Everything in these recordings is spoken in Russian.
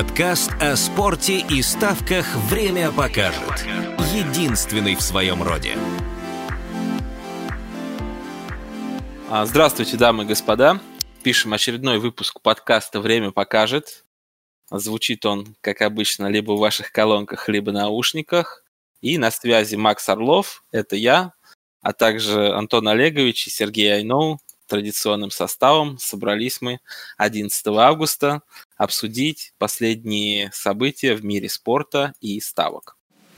Подкаст о спорте и ставках «Время покажет». Единственный в своем роде. Здравствуйте, дамы и господа. Пишем очередной выпуск подкаста «Время покажет». Звучит он, как обычно, либо в ваших колонках, либо наушниках. И на связи Макс Орлов, это я, а также Антон Олегович и Сергей Айноу. Традиционным составом собрались мы 11 августа обсудить последние события в мире спорта и ставок.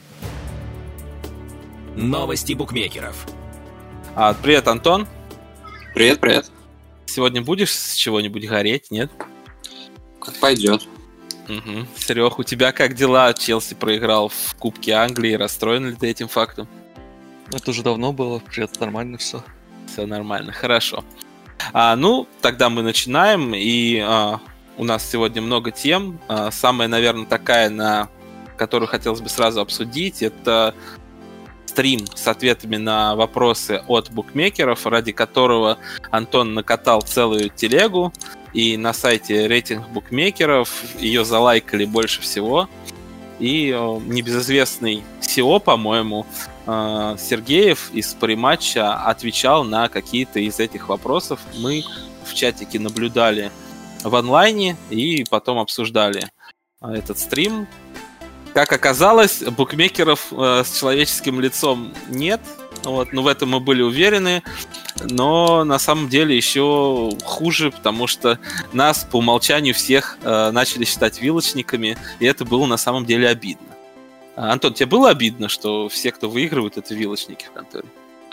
Новости букмекеров. Привет, Антон. Привет. Сегодня будешь с чего-нибудь гореть, нет? Как пойдет. Угу. Серег, у тебя как дела? Челси проиграл в Кубке Англии. Расстроен ли ты этим фактом? Это уже давно было. Привет, нормально все. Все нормально, хорошо. Тогда мы начинаем, и у нас сегодня много тем. Самая, наверное, такая, на которую хотелось бы сразу обсудить, это стрим с ответами на вопросы от букмекеров, ради которого Антон накатал целую телегу, и на сайте рейтинг букмекеров ее залайкали больше всего. И небезызвестный SEO, по-моему, Сергеев из Париматча отвечал на какие-то из этих вопросов. Мы в чатике наблюдали в онлайне и потом обсуждали этот стрим. Как оказалось, букмекеров с человеческим лицом нет. В этом мы были уверены. Но на самом деле еще хуже, потому что нас по умолчанию всех начали считать вилочниками, и это было на самом деле обидно. Антон, тебе было обидно, что все, кто выигрывают, это вилочники в конторе?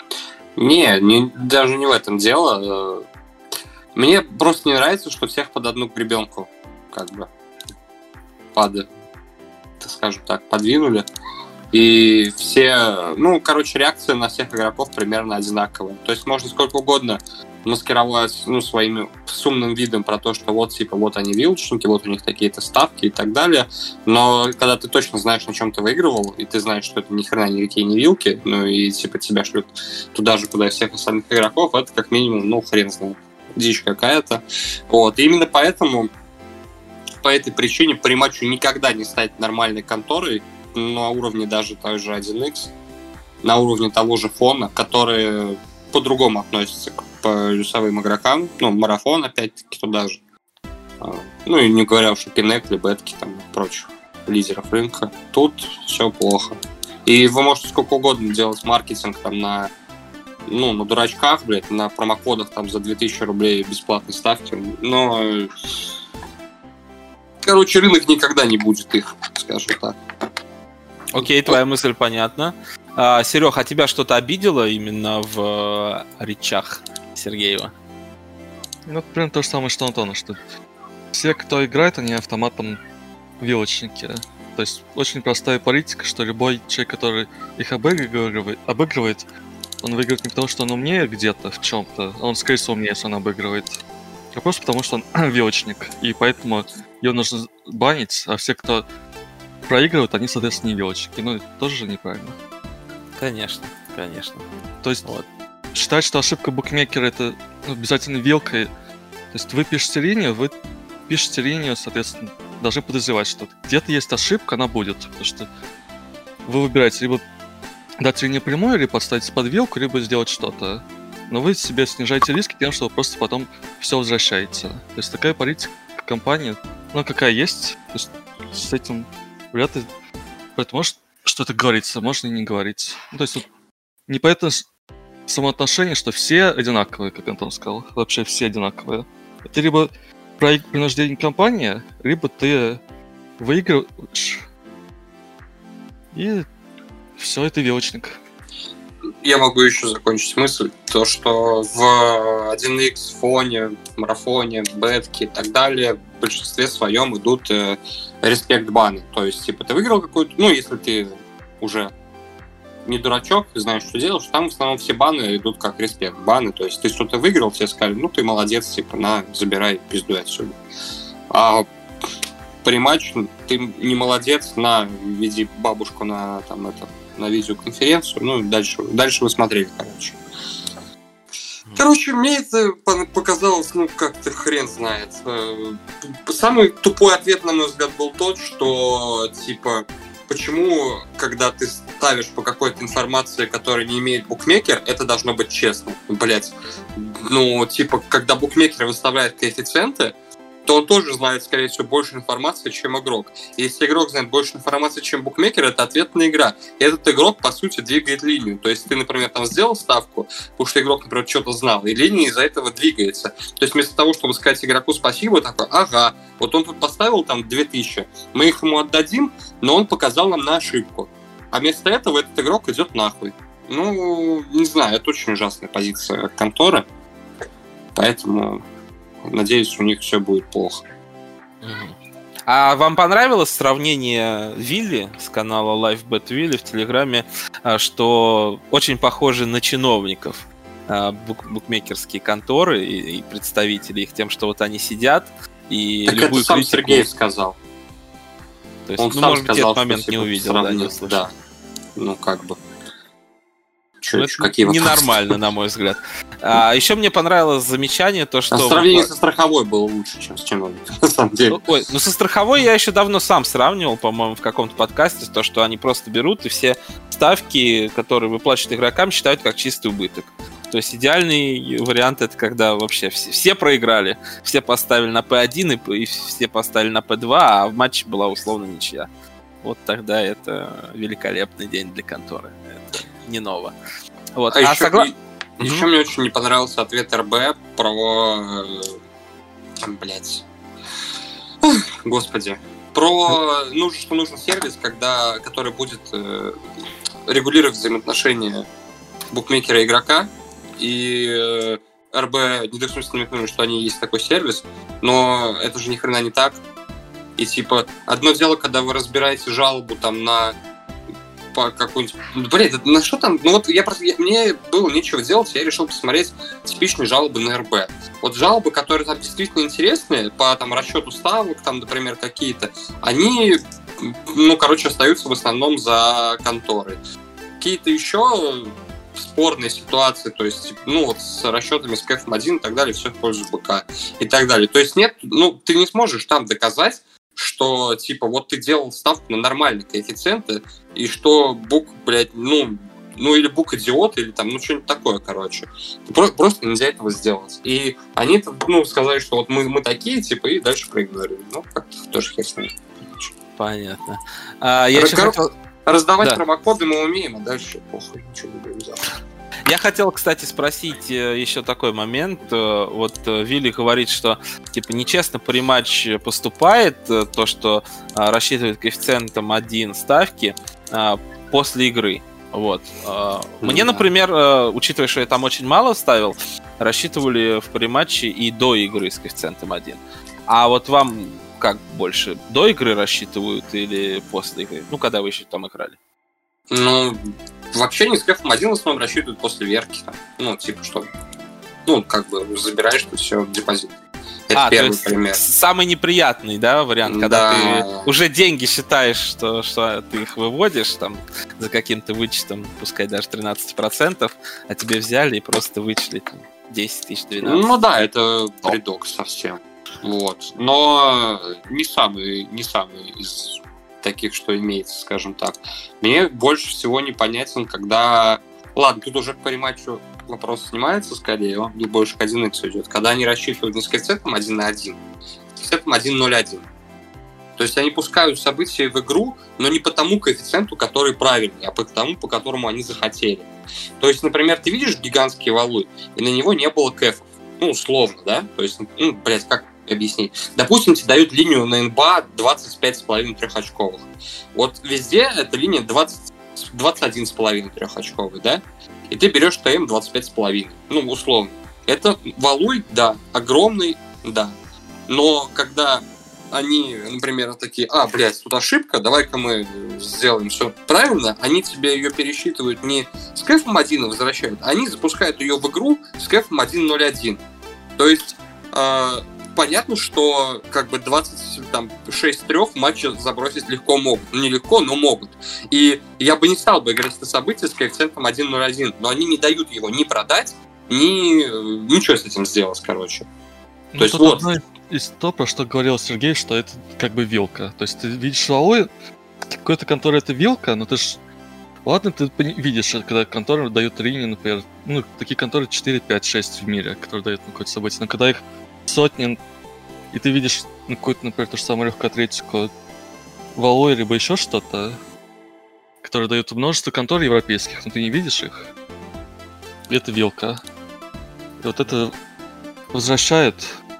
Даже не в этом дело. Мне просто не нравится, что всех под одну гребенку подвинули. И все, реакция на всех игроков примерно одинаковая. То есть можно сколько угодно маскировать своим сумным видом про то, что вот они вилочники, вот у них такие-то ставки и так далее. Но когда ты точно знаешь, на чем ты выигрывал, и ты знаешь, что это ни хрена никакие не вилки, тебя шлют туда же, куда и всех остальных игроков, это как минимум, хрен знает, дичь какая-то. И именно поэтому, по этой причине, Париматчу никогда не стать нормальной конторой на уровне даже той же 1x, на уровне того же фона, которые по-другому относятся к плюсовым игрокам. Марафон, опять-таки, туда же. И не говоря уж о Пинекли, Бетки, и прочих лидеров рынка. Тут все плохо. И вы можете сколько угодно делать маркетинг на дурачках, на промокодах за 2000 рублей бесплатной ставки, но рынок никогда не будет их, скажем так. Окей, твоя мысль понятна. Серег, а тебя что-то обидело именно в речах Сергеева? Примерно то же самое, что Антона, что все, кто играет, они автоматом вилочники. То есть очень простая политика, что любой человек, который их обыгрывает, он выигрывает не потому, что он умнее где-то в чем-то, он, скорее всего, умнее, если он обыгрывает, а просто потому, что он вилочник, и поэтому его нужно банить, а все, кто проигрывают, они, соответственно, не вилочники. Это тоже же неправильно. Конечно. То есть считать, что ошибка букмекера это обязательно вилкой. То есть вы пишете линию, соответственно, должны подозревать, что где-то есть ошибка, она будет. Потому что вы выбираете либо дать линию прямой, либо подставить под вилку, либо сделать что-то. Но вы себе снижаете риски тем, что вы просто потом все возвращаете. То есть такая политика компании, какая есть, то есть с этим вряд ли. Поэтому может что-то говорится, можно и не говорить. То есть не поэтому самоотношение, что все одинаковые, как Антон сказал. Вообще все одинаковые. Это либо принуждение компании, либо ты выигрываешь. И все, это вилочник. Я могу еще закончить мысль. То, что в 1x, фоне, марафоне, бетке и так далее в большинстве своем идут респект-баны. То есть, ты выиграл какую-то... если ты уже не дурачок, ты знаешь, что делаешь, там в основном все баны идут как респект-баны. То есть, ты что-то выиграл, тебе сказали, ты молодец, забирай, пиздуй отсюда. А при матче ты не молодец, веди бабушку на видеоконференцию, дальше вы смотрели, короче. Короче, мне это показалось, ну, как-то хрен знает. Самый тупой ответ, на мой взгляд, был тот, что, типа, почему, когда ты ставишь по какой-то информации, которая не имеет букмекер, это должно быть честно. Блять. Ну, типа, когда букмекер выставляет коэффициенты, то он тоже знает, скорее всего, больше информации, чем игрок. И если игрок знает больше информации, чем букмекер, это ответная игра. И этот игрок, по сути, двигает линию. То есть ты, например, там сделал ставку, потому что игрок, например, что-то знал, и линия из-за этого двигается. То есть вместо того, чтобы сказать игроку спасибо, такой, ага, вот он тут поставил там 2000, мы их ему отдадим, но он показал нам на ошибку. А вместо этого этот игрок идет нахуй. Ну, не знаю, это очень ужасная позиция конторы. Поэтому... Надеюсь, у них все будет плохо. А вам понравилось сравнение Вилли с канала LiveBet Вилли в Телеграме, что очень похожи на чиновников букмекерские конторы и представители их тем, что вот они сидят и так любую это сам критику... Сергеев сказал. То есть, он ну, сам может быть, сказал, этот момент не увидел, да, не услышал. Да. Ну, как бы. Какие ненормально, на мой взгляд. Еще мне понравилось замечание, то, что... Сравнение со страховой было лучше, чем с чиновником, на самом деле. Ой, ну со страховой я еще давно сам сравнивал, по-моему, в каком-то подкасте, то, что они просто берут и все ставки, которые выплачивают игрокам, считают как чистый убыток. То есть идеальный вариант — это когда вообще все проиграли, все поставили на P1 и все поставили на P2, а в матче была условно ничья. Вот тогда это великолепный день для конторы. Это не ново. Вот. Еще мне очень не понравился ответ РБ про... Блять. Господи. Про что нужен сервис, который будет регулировать взаимоотношения букмекера и игрока. И РБ недвусмысленно намекнули, что они есть такой сервис, но это же ни хрена не так. И типа, одно дело, когда вы разбираете жалобу там на какую-нибудь... Блядь, на что там? Ну вот мне было нечего делать, я решил посмотреть типичные жалобы на РБ. Вот жалобы, которые там действительно интересные, по там расчету ставок, там, например, какие-то, они, остаются в основном за конторой. Какие-то еще спорные ситуации, то есть, с расчетами с КФ1 и так далее, все в пользу БК и так далее. То есть нет, ты не сможешь там доказать, что, типа, вот ты делал ставку на нормальные коэффициенты, и что бук, блядь, или бук идиот, или там, что-нибудь такое, короче. Просто нельзя этого сделать. И они, сказали, что вот мы такие, типа, и дальше проигнорили. Как-то тоже хер с ним. Понятно. Раздавать промокоды мы умеем, а дальше похуй, ничего не будем делать. Я хотел, кстати, спросить еще такой момент. Вот Вилли говорит, что типа нечестно при матче поступает то, что рассчитывает коэффициентом 1 ставки после игры. Вот. Мне, например, учитывая, что я там очень мало ставил, рассчитывали в прематче и до игры с коэффициентом 1. А вот вам как больше, до игры рассчитывают или после игры? Когда вы еще там играли? Вообще не с КФ1 в основном рассчитывают после верки. Что... забираешь ты все в депозит. Это первый пример. Самый неприятный, да, вариант, когда ты уже деньги считаешь, что ты их выводишь там за каким-то вычетом, пускай даже 13%, а тебе взяли и просто вычли 10 тысяч, 12. Это бредок совсем. Вот. Но не самый из таких, что имеется, скажем так. Мне больше всего непонятен, когда... Ладно, тут уже по рематчу вопрос снимается скорее, он не больше к 1x идет. Когда они рассчитывают не с коэффициентом 1 на 1, а с коэффициентом 1.01. То есть они пускают события в игру, но не по тому коэффициенту, который правильный, а по тому, по которому они захотели. То есть, например, ты видишь гигантские валуи, и на него не было кэфов. условно, да? То есть, как объяснить? Допустим, тебе дают линию на НБА 25,5 трехочковых. Вот везде эта линия 21,5 трехочковый, да? И ты берешь ТМ 25,5. Условно. Это валуй, да. Огромный, да. Но когда они, например, такие, тут ошибка, давай-ка мы сделаем все правильно, они тебе ее пересчитывают не с кэфом 1 возвращают, они запускают ее в игру с кэфом 1.01. То есть понятно, что 26-3 матча забросить легко могут. Не легко, но могут. И я бы не стал бы играть это событие с коэффициентом 1.01, но они не дают его ни продать, ничего с этим сделать, короче. Ну, То есть тут вот. одно из того, про что говорил Сергей, что это как бы вилка. То есть ты видишь Huawei, какой-то конторы это вилка, но ты ж... Ладно, ты видишь, когда конторы дают линии, например, ну, такие конторы 4, 5, 6 в мире, которые дают на какое-то событие. Но когда их сотни, и ты видишь какую-то, например, ту же самую легкую атлетику, Huawei, либо еще что-то, которые дают множество контор европейских, но ты не видишь их, и это вилка. И вот это возвращает...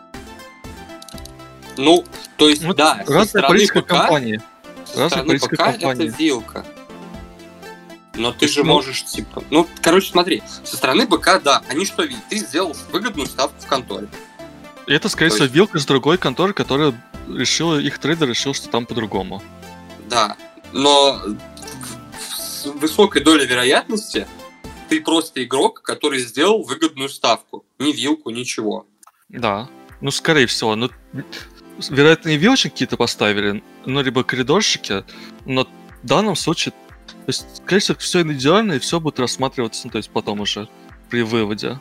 Ну, то есть, Вот да, со разные стороны политические ПК, компании. со Разные стороны политические ПК компании. это вилка. Но ты есть, же ну- можешь, типа... Ну, короче, смотри, со стороны ПК, да, они что видят? Ты сделал выгодную ставку в конторе. И это, скорее То всего, есть- вилка с другой конторы, которая решила, их трейдер решил, что там по-другому. Да, но с высокой долей вероятности ты просто игрок, который сделал выгодную ставку. Ни вилку, ничего. Да. Ну, скорее всего. Ну, вероятно, и вилочки какие-то поставили, ну, либо коридорщики, но в данном случае, то есть, скорее всего, все идеально, и все будет рассматриваться, ну, то есть, потом уже при выводе.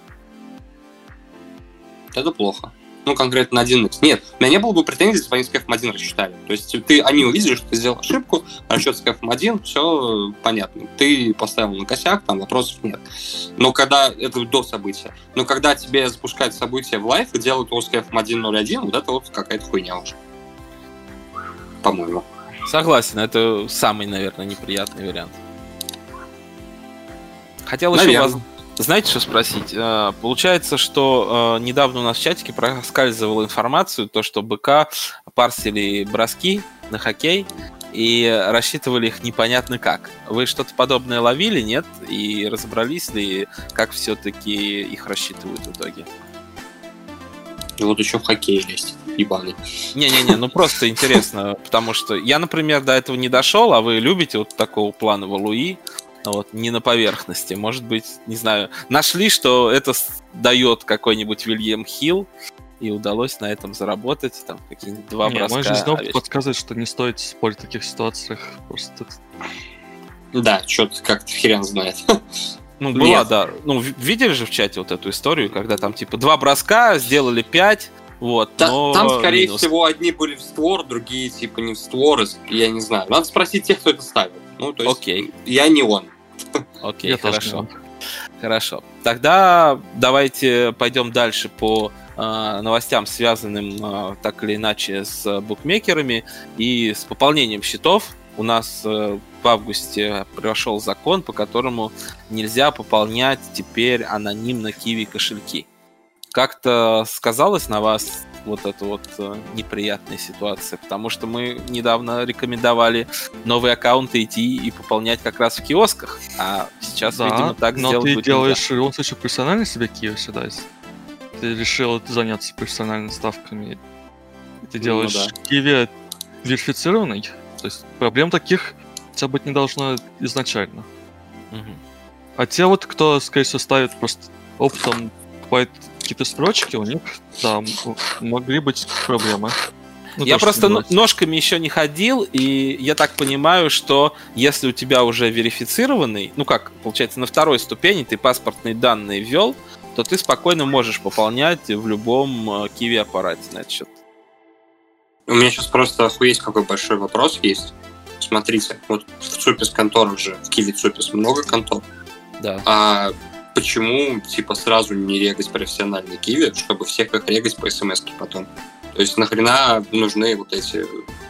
Это плохо. Ну, конкретно на 1x. Нет, у меня не было бы претензий, если бы они с CAF-1 рассчитали. То есть они увидели, что ты сделал ошибку, расчет с CAF-1, все понятно. Ты поставил на косяк, там вопросов нет. Но когда, это до события, но когда тебе запускают события в лайв и делают его с CAF-1.0.1, вот это вот какая-то хуйня уже. По-моему. Согласен, это самый, наверное, неприятный вариант. Хотел еще Наверное. вас, знаете, что спросить? Получается, что недавно у нас в чатике проскальзывала информацию, то, что БК парсили броски на хоккей и рассчитывали их непонятно как. Вы что-то подобное ловили, нет? И разобрались ли, как все-таки их рассчитывают в итоге? И вот еще в хоккей лезть, ебаный. Не-не-не, ну просто интересно, потому что я, например, до этого не дошел, а вы любите вот такого плана Валуи, вот, не на поверхности. Может быть, не знаю, нашли, что это дает какой-нибудь Вильям Хилл, и удалось на этом заработать, там, какие-нибудь два броска. Мой жизненный опыт подсказывает, что не стоит спорить в таких ситуациях. Просто... Да, что-то как-то хрен знает. Ну, была, да. Ну, видели же в чате вот эту историю, когда там, типа, 2 броска, сделали 5, вот, но Там, скорее минус. всего, одни были в створ, другие, типа, не в створ, я не знаю. Надо спросить тех, кто это ставил. Ну, то есть, Окей, я не он. окей, Я тоже хорошо. не он. Хорошо. Тогда давайте пойдем дальше по новостям, связанным так или иначе с букмекерами и с пополнением счетов. У нас в августе прошел закон, по которому нельзя пополнять теперь анонимно Kiwi кошельки. Как-то сказалась на вас вот эта вот неприятная ситуация? Потому что мы недавно рекомендовали новые аккаунты идти и пополнять как раз в киосках, а сейчас, Да, видимо, так но сделать ты будет делаешь нельзя. в любом случае профессионально себе Kiwi сюда. Если ты решил заняться профессиональными ставками. И ты делаешь да. Kiwi верифицированный. То есть проблем таких у тебя быть не должно изначально. Мгм. А те вот, кто, скорее всего, ставит просто опытом, покупает какие-то строчки, у них, да, могли быть проблемы. Ну, Я то, что просто делать. ножками еще не ходил, и я так понимаю, что если у тебя уже верифицированный, ну как, получается, на второй ступени ты паспортные данные ввел, то ты спокойно можешь пополнять в любом Kiwi аппарате на этот счет. У меня сейчас просто охуеть какой большой вопрос есть. Смотрите, вот в Цупис конторах же, в Kiwi Цупис много контор. Да. А почему, типа, сразу не регать профессиональный Kiwi, чтобы всех их регать по смс-ке потом? То есть нахрена нужны вот эти,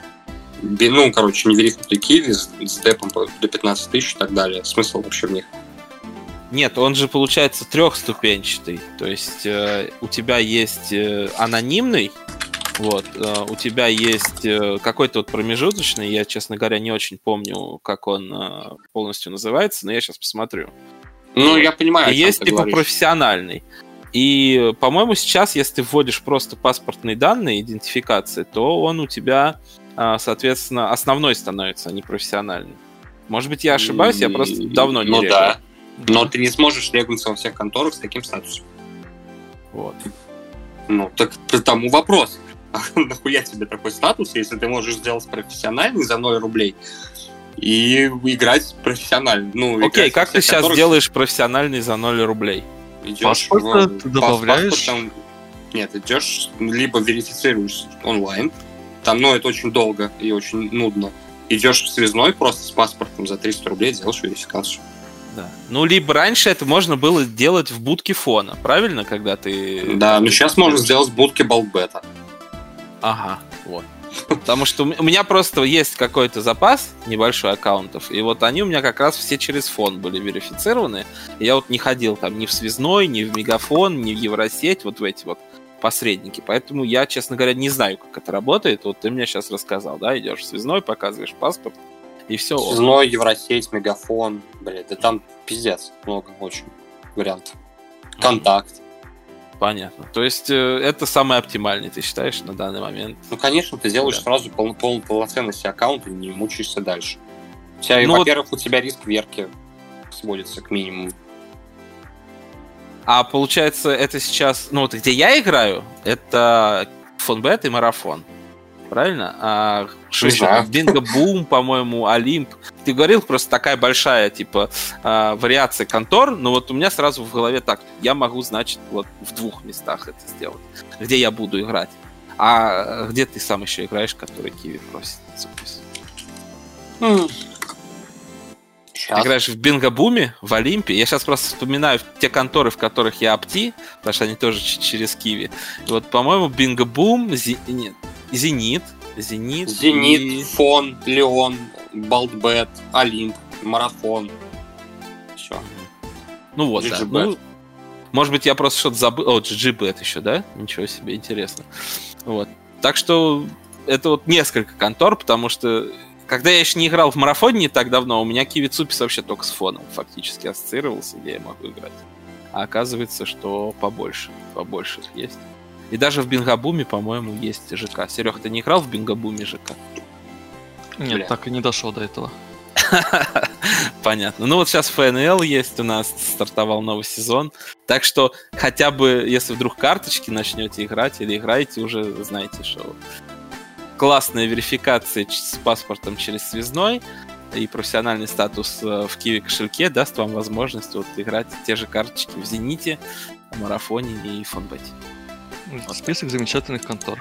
ну, короче, неверификованные Kiwi с депом до 15 тысяч и так далее? Смысл вообще в них? Нет, он же получается трехступенчатый. То есть у тебя есть анонимный, вот, у тебя есть какой-то вот промежуточный, я, честно говоря, не очень помню, как он полностью называется, но я сейчас посмотрю. Ну, я понимаю, о И чем есть ты типа говоришь. профессиональный. И, по-моему, сейчас, если ты вводишь просто паспортные данные, идентификации, то он у тебя, соответственно, основной становится, а не профессиональный. Может быть, я ошибаюсь, я просто давно не Ну регал. да. Но ты не сможешь регнуться во всех конторах с таким статусом. Вот. Ну, так потому вопрос. А нахуя тебе такой статус, если ты можешь сделать профессиональный за 0 рублей и играть профессионально? Ну, Окей, играть во как ты всех сейчас конторах. делаешь профессиональный за 0 рублей? Идешь Паспорт ты добавляешь? Нет, идешь, либо верифицируешь онлайн. Там, это очень долго и очень нудно. Идешь в связной просто с паспортом за 300 рублей, делаешь верификацию. Да. Либо раньше это можно было делать в будке фона, правильно, когда ты... Да, но сейчас можно сделать в будке Балбета. Ага, вот. Потому что у меня просто есть какой-то запас небольшой аккаунтов, и вот они у меня как раз все через фон были верифицированы. И я вот не ходил там ни в связной, ни в Мегафон, ни в Евросеть, вот в эти вот посредники. Поэтому я, честно говоря, не знаю, как это работает. Вот ты мне сейчас рассказал, да, идешь в связной, показываешь паспорт, и все. Связной, Евросеть, Мегафон, да там пиздец много очень вариантов. Контакт. Понятно. То есть это самый оптимальный, ты считаешь, на данный момент? Конечно, ты делаешь сразу полноценный себе аккаунт и не мучаешься дальше. Во-первых, у тебя риск верки сводится к минимуму. А получается, это сейчас... где я играю, это Фонбет и Марафон. Правильно? А что еще? Бинго Бум, по-моему, Олимп. Ты говорил, просто такая большая, вариация контор, но вот у меня сразу в голове так, я могу, значит, вот в 2 местах это сделать, где я буду играть. А где ты сам еще играешь, который Киви просит? Ты играешь в Бинго-Буме, в Олимпе. Я сейчас просто вспоминаю те конторы, в которых я опти, потому что они тоже через Киви. И вот, по-моему, Бинго-Бум, Зенит, и... Фон, Леон, Балдбет, Олимп, Марафон. Все. Вот, да. Может быть, я просто что-то забыл. GGBet еще, да? Ничего себе, интересно. Вот. Так что это вот несколько контор, потому что когда я еще не играл в Марафоне не так давно, у меня Киви Цупис вообще только с фоном фактически ассоциировался, где я могу играть. А оказывается, что побольше есть. И даже в Бинго-Буме, по-моему, есть ЖК. Серег, ты не играл в Бинго-Буме ЖК? Нет, так и не дошел до этого. Понятно. Вот сейчас ФНЛ есть у нас, стартовал новый сезон. Так что хотя бы, если вдруг карточки начнете играть или играете, уже знаете, что классная верификация с паспортом через связной и профессиональный статус в Киви кошельке даст вам возможность играть те же карточки в Зените, Марафоне и Фонбете. Список замечательных контор.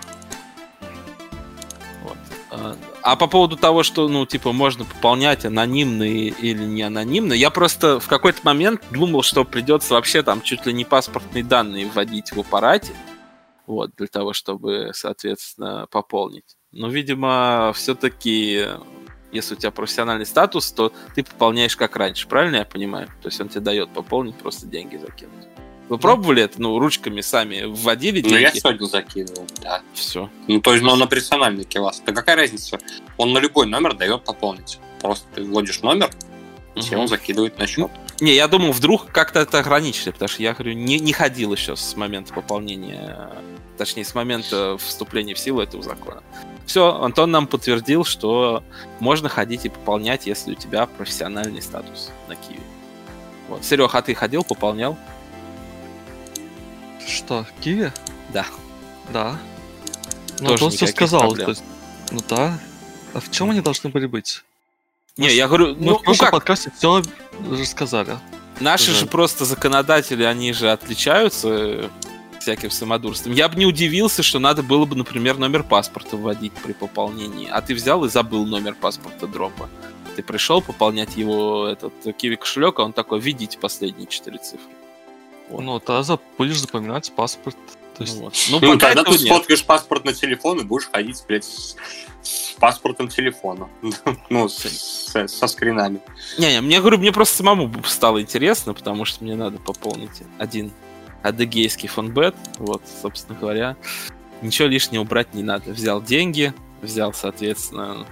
Вот. А по поводу того, что, можно пополнять анонимные или не анонимно, я просто в какой-то момент думал, что придется вообще там чуть ли не паспортные данные вводить в аппарате, для того, чтобы, соответственно, пополнить. Но, видимо, все-таки, если у тебя профессиональный статус, то ты пополняешь как раньше, правильно я понимаю? То есть он тебе дает пополнить, просто деньги закинуть. Вы пробовали это? Ручками сами вводили деньги? Я сегодня закидывал, да. Все. То есть, на персональный килас. Да какая разница? Он на любой номер дает пополнить. Просто ты вводишь номер, и он закидывает на счет. Не, я думал, вдруг как-то это ограничили, потому что я говорю, не ходил еще с момента пополнения, точнее, с момента вступления в силу этого закона. Все, Антон нам подтвердил, что можно ходить и пополнять, если у тебя профессиональный статус на Киви. Вот. Серег, а ты ходил, пополнял? Что, Киви? Да. Да. Ну, он все сказал. То есть, да. А в чем они должны были быть? Я говорю, в прошлом подкасте все рассказали. Наши же просто законодатели, они же отличаются всяким самодурством. Я бы не удивился, что надо было бы, например, номер паспорта вводить при пополнении. А ты взял и забыл номер паспорта дропа. Ты пришел пополнять его, этот Киви кошелек, а он такой, введите последние 4 цифры. Вот. Тогда будешь запоминать паспорт. То есть... Тогда ты сфоткаешь паспорт на телефон и будешь ходить, блядь, с паспортом телефона. Со скринами. Мне просто самому стало интересно, потому что мне надо пополнить один адыгейский фонбет. Вот, собственно говоря. Ничего лишнего брать не надо. Взял деньги, взял, соответственно...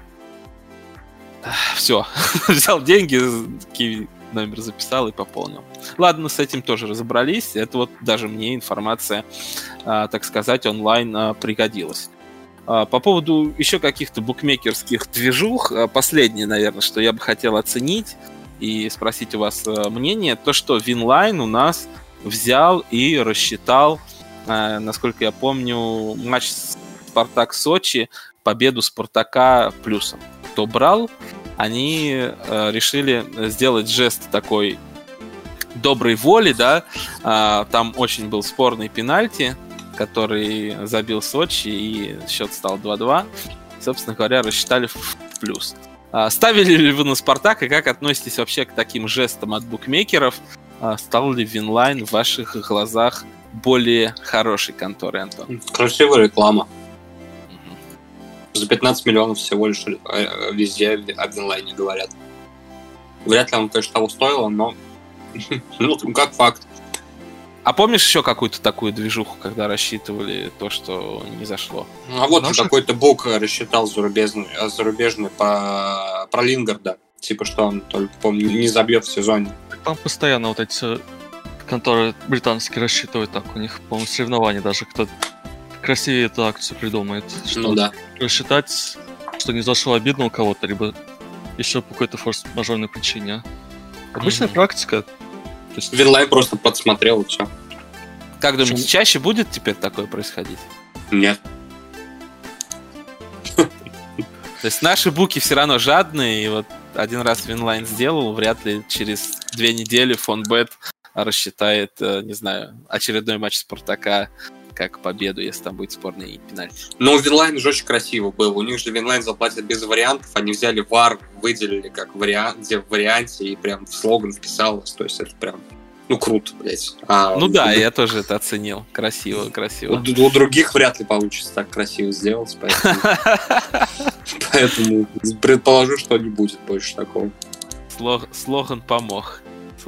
Все. Взял деньги, Киви номер записал и пополнил. Ладно, с этим тоже разобрались. Это вот даже мне информация, так сказать, онлайн пригодилась. По поводу еще каких-то букмекерских движух, последнее, наверное, что я бы хотел оценить и спросить у вас мнение, то, что Винлайн у нас взял и рассчитал, насколько я помню, матч Спартак-Сочи, победу Спартака плюсом. Кто брал, они решили сделать жест такой доброй воли, да, там очень был спорный пенальти, который забил Сочи, и счет стал 2-2. Собственно говоря, рассчитали в плюс. Ставили ли вы на Спартак, и как относитесь вообще к таким жестам от букмекеров? Стал ли Винлайн в ваших глазах более хорошей конторой, Антон? Красивая реклама. За 15 миллионов всего лишь везде о Винлайне говорят. Вряд ли он, конечно, того стоило, но ну, как факт. А помнишь еще какую-то такую движуху, когда рассчитывали то, что не зашло? А вот какой-то бук рассчитал зарубежный про Лингарда. Типа, что он только, помню, не забьет в сезоне. Там постоянно вот эти конторы британские рассчитывают так. У них, по-моему, соревнования даже. Кто красивее эту акцию придумает. Что да. Рассчитать, что не зашло обидно у кого-то, либо еще по какой-то форс-мажорной причине. Обычная практика. Винлайн просто подсмотрел, и все. Как думаете, чаще будет теперь такое происходить? Нет. То есть наши буки все равно жадные, и вот один раз Винлайн сделал, вряд ли через 2 недели Фонбет рассчитает, не знаю, очередной матч Спартака как победу, если там будет спорный пенальти. Но у Винлайн же очень красиво был. У них же Винлайн заплатит без вариантов. Они взяли VAR, выделили как вариант, где в варианте, и прям в слоган вписалось. То есть это прям, круто, блядь. Да, я тоже это оценил. Красиво. У других вряд ли получится так красиво сделать, поэтому предположу, что не будет больше такого. Слоган помог.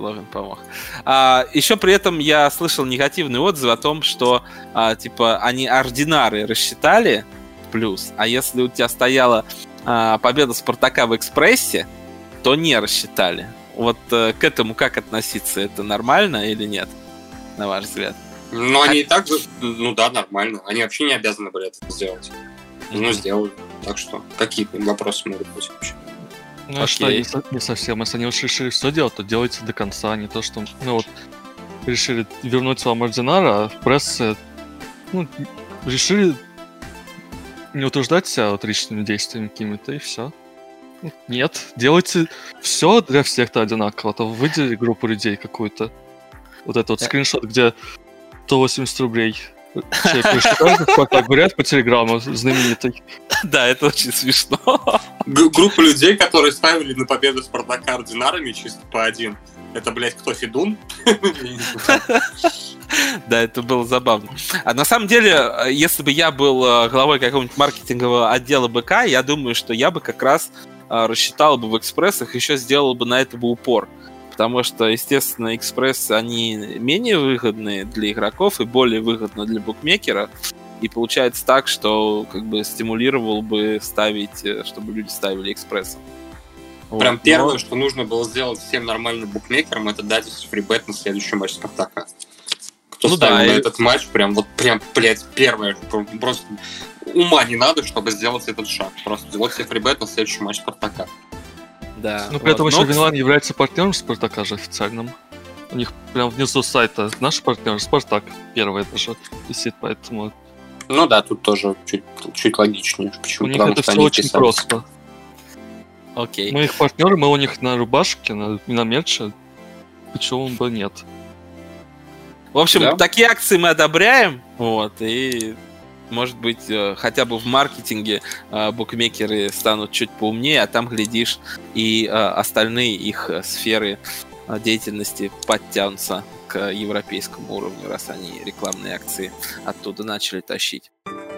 Еще при этом я слышал негативный отзыв о том, что они ординары рассчитали плюс, а если у тебя стояла победа Спартака в экспрессе, то не рассчитали. Вот к этому как относиться? Это нормально или нет, на ваш взгляд? Они и так, да, нормально. Они вообще не обязаны были это сделать. Сделали. Так что, какие вопросы могут быть вообще? Что не совсем. Если они уж решили все делать, то делайте до конца, а не то, что решили вернуть вам ординара, а в прессе решили не утруждать себя личными действиями какими-то, и все. Нет, делайте все для всех-то одинаково. То выделили группу людей какую-то. Вот этот вот скриншот, где 180 рублей человек рассчитает, как говорят по телеграмму знаменитый. Да, это очень смешно. Группа людей, которые ставили на победу Спартака ординарами чисто по один. Это, блядь, кто, Федун? Да, это было забавно. А на самом деле, если бы я был главой какого-нибудь маркетингового отдела БК, я думаю, что я бы как раз рассчитал бы в экспрессах, еще сделал бы на это бы упор. Потому что, естественно, экспрессы, они менее выгодны для игроков и более выгодны для букмекера. И получается так, что стимулировал бы ставить, чтобы люди ставили экспрессом. Прям первое, что нужно было сделать всем нормальным букмекерам, это дать фрибет на следующий матч Спартака. Кто ставил на этот матч, блядь, первое, просто ума не надо, чтобы сделать этот шаг. Просто сделать себе фрибет на следующий матч Спартака. Да. При этом еще Винлайн является партнером Спартака же официальным. У них прям внизу сайта наш партнер Спартак первый даже висит, поэтому... да, тут тоже чуть логичнее. Почему? У них это все очень просто. Окей. Мы их партнеры, мы у них на рубашке, на мерче. Почему бы нет? В общем, такие акции мы одобряем. И, может быть, хотя бы в маркетинге букмекеры станут чуть поумнее, а там, глядишь, и остальные их сферы деятельности подтянутся к европейскому уровню, раз они рекламные акции оттуда начали тащить.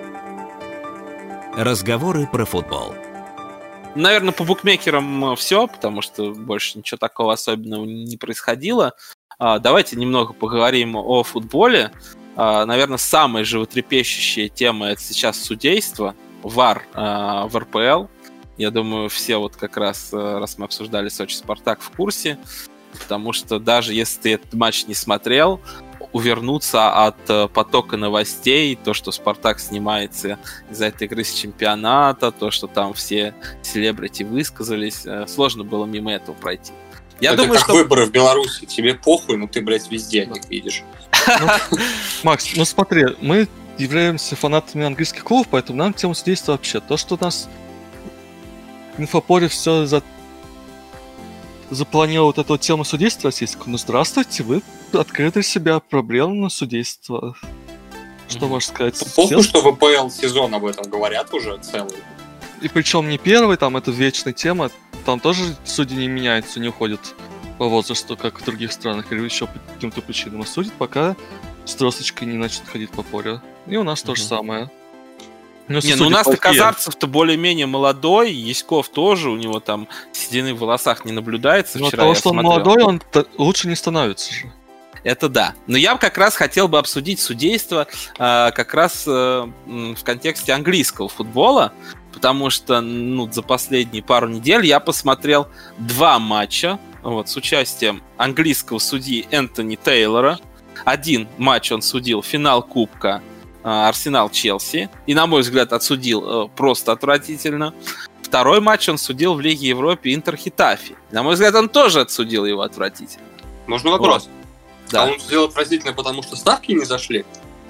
Разговоры про футбол. Наверное, по букмекерам все, потому что больше ничего такого особенного не происходило. Давайте немного поговорим о футболе. Наверное, самая животрепещущая тема — это сейчас судейство, ВАР в РПЛ. Я думаю, все как раз мы обсуждали Сочи-Спартак, в курсе, потому что даже если ты этот матч не смотрел, увернуться от потока новостей, то, что Спартак снимается из-за этой игры с чемпионата, то, что там все селебрити высказались, сложно было мимо этого пройти. Я это думаю, как выборы в Беларуси. Тебе похуй, но ты, блядь, везде их видишь. Макс, смотри, мы являемся фанатами английских клубов, поэтому нам тема судейства вообще. То, что у нас в инфополе все запланировал вот эту тему судейства российского. Ну, здравствуйте, вы открыли для себя проблему на судейство. Что можно сказать? Похуй, что в ВПЛ сезон об этом говорят уже целый. И причем не первый, там это вечная тема. Там тоже судьи не меняются, не уходят по возрасту, как в других странах, или еще по каким-то причинам. А судят, пока с тросточкой не начнут ходить по полю. И у нас то же самое. Ну у нас-то Казарцев-то более-менее молодой, Яськов тоже, у него там седины в волосах не наблюдается. Но от того, что он молодой, он лучше не становится же. Это да. Но я как раз хотел бы обсудить судейство как раз в контексте английского футбола, потому что за последние пару недель я посмотрел 2 матча с участием английского судьи Энтони Тейлора. Один матч он судил, финал Кубка Арсенал-Челси, и, на мой взгляд, отсудил просто отвратительно. Второй матч он судил в Лиге Европы Интер-Хетафи. На мой взгляд, он тоже отсудил его отвратительно. Можно вопрос? Да. А он судил отвратительно, потому что ставки не зашли?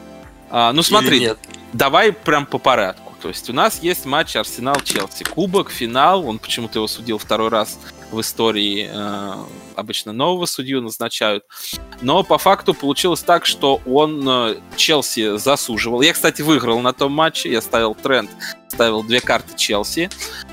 Смотри, давай прям по порядку. То есть у нас есть матч Арсенал-Челси. Кубок, финал. Он почему-то его судил второй раз в истории. Обычно нового судью назначают. Но по факту получилось так, что он Челси засуживал. Я, кстати, выиграл на том матче. Я ставил тренд, ставил 2 карты Челси.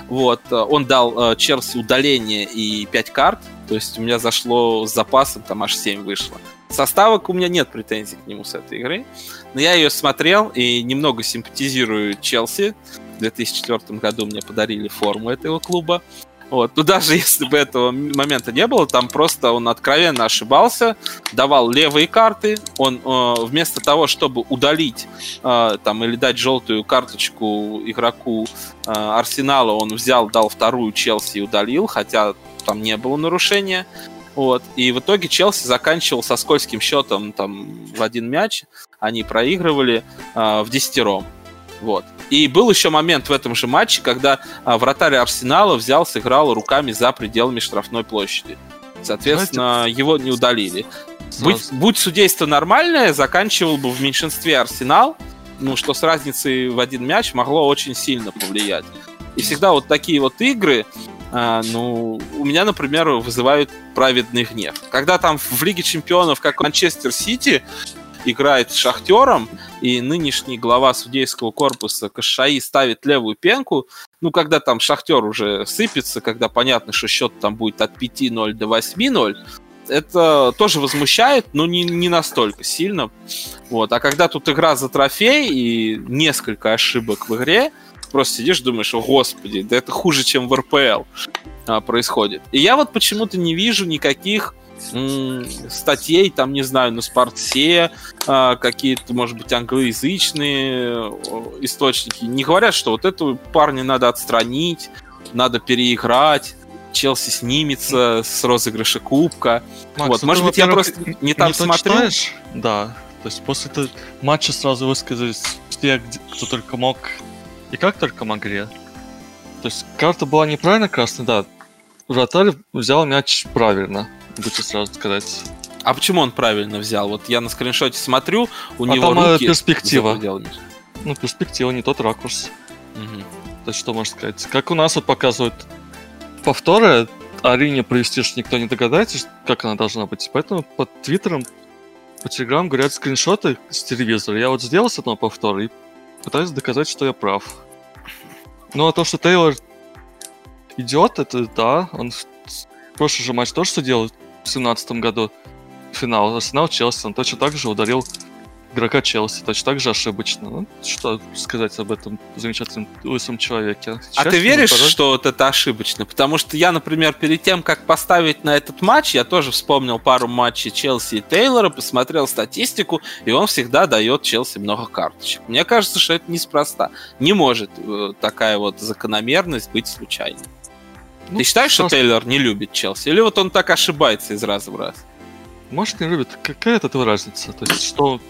Он дал Челси удаление и 5 карт. То есть у меня зашло с запасом, там аж 7 вышло. Составок у меня нет претензий к нему с этой игры. Но я ее смотрел и немного симпатизирую Челси. В 2004 году мне подарили форму этого клуба. Но даже если бы этого момента не было, там просто он откровенно ошибался, давал левые карты. Он вместо того, чтобы удалить или дать желтую карточку игроку Арсенала, он дал вторую Челси и удалил, хотя там не было нарушения. И в итоге Челси заканчивал со скользким счетом в 1 мяч. Они проигрывали в 10. И был еще момент в этом же матче, когда вратарь Арсенала сыграл руками за пределами штрафной площади. Соответственно, его не удалили. Будь судейство нормальное, заканчивал бы в меньшинстве Арсенал, что с разницей в 1 мяч могло очень сильно повлиять. И всегда такие игры, у меня, например, вызывают праведный гнев. Когда там в Лиге Чемпионов, как Манчестер Сити, играет с Шахтером, и нынешний глава судейского корпуса Кашаи ставит левую пенку, когда там Шахтер уже сыпется, когда понятно, что счет там будет от 5-0 до 8-0, это тоже возмущает, но не настолько сильно. А когда тут игра за трофей и несколько ошибок в игре, просто сидишь, думаешь, о господи, да это хуже, чем в РПЛ происходит. И я почему-то не вижу никаких статей, не знаю, на Спортсе, какие-то, может быть, англоязычные источники. Не говорят, что этого парня надо отстранить, надо переиграть, Челси снимется с розыгрыша Кубка. Макс, может быть, я просто не там смотрю. Читаешь? Да. То есть после этого матча сразу высказались все, кто только мог и как только могли. То есть карта была неправильно красная, да. Вратарь взял мяч правильно, будете сразу сказать. А почему он правильно взял? Я на скриншоте смотрю, у него там руки... перспектива. Перспектива, не тот ракурс. Угу. То есть что можно сказать? Как у нас показывают повторы, о линии провести, что никто не догадается, как она должна быть. Поэтому под Твиттером, по Телеграму говорят скриншоты с телевизора. Я сделал с одного повтора и пытаюсь доказать, что я прав. А то, что Тейлор идет, это да. Он в прошлый же матч тоже судил в 2017 году финал. Арсенал-Челси. Он точно так же ударил игрока Челси. Точно так же ошибочно. Что сказать об этом замечательном лысом человеке? А ты веришь, что это ошибочно? Потому что я, например, перед тем, как поставить на этот матч, я тоже вспомнил пару матчей Челси и Тейлора, посмотрел статистику, и он всегда дает Челси много карточек. Мне кажется, что это неспроста. Не может такая закономерность быть случайной. Ты считаешь, что Тейлор не любит Челси? Или он так ошибается из раза в раз? Может, не любит. Какая от этого разница? То есть, что...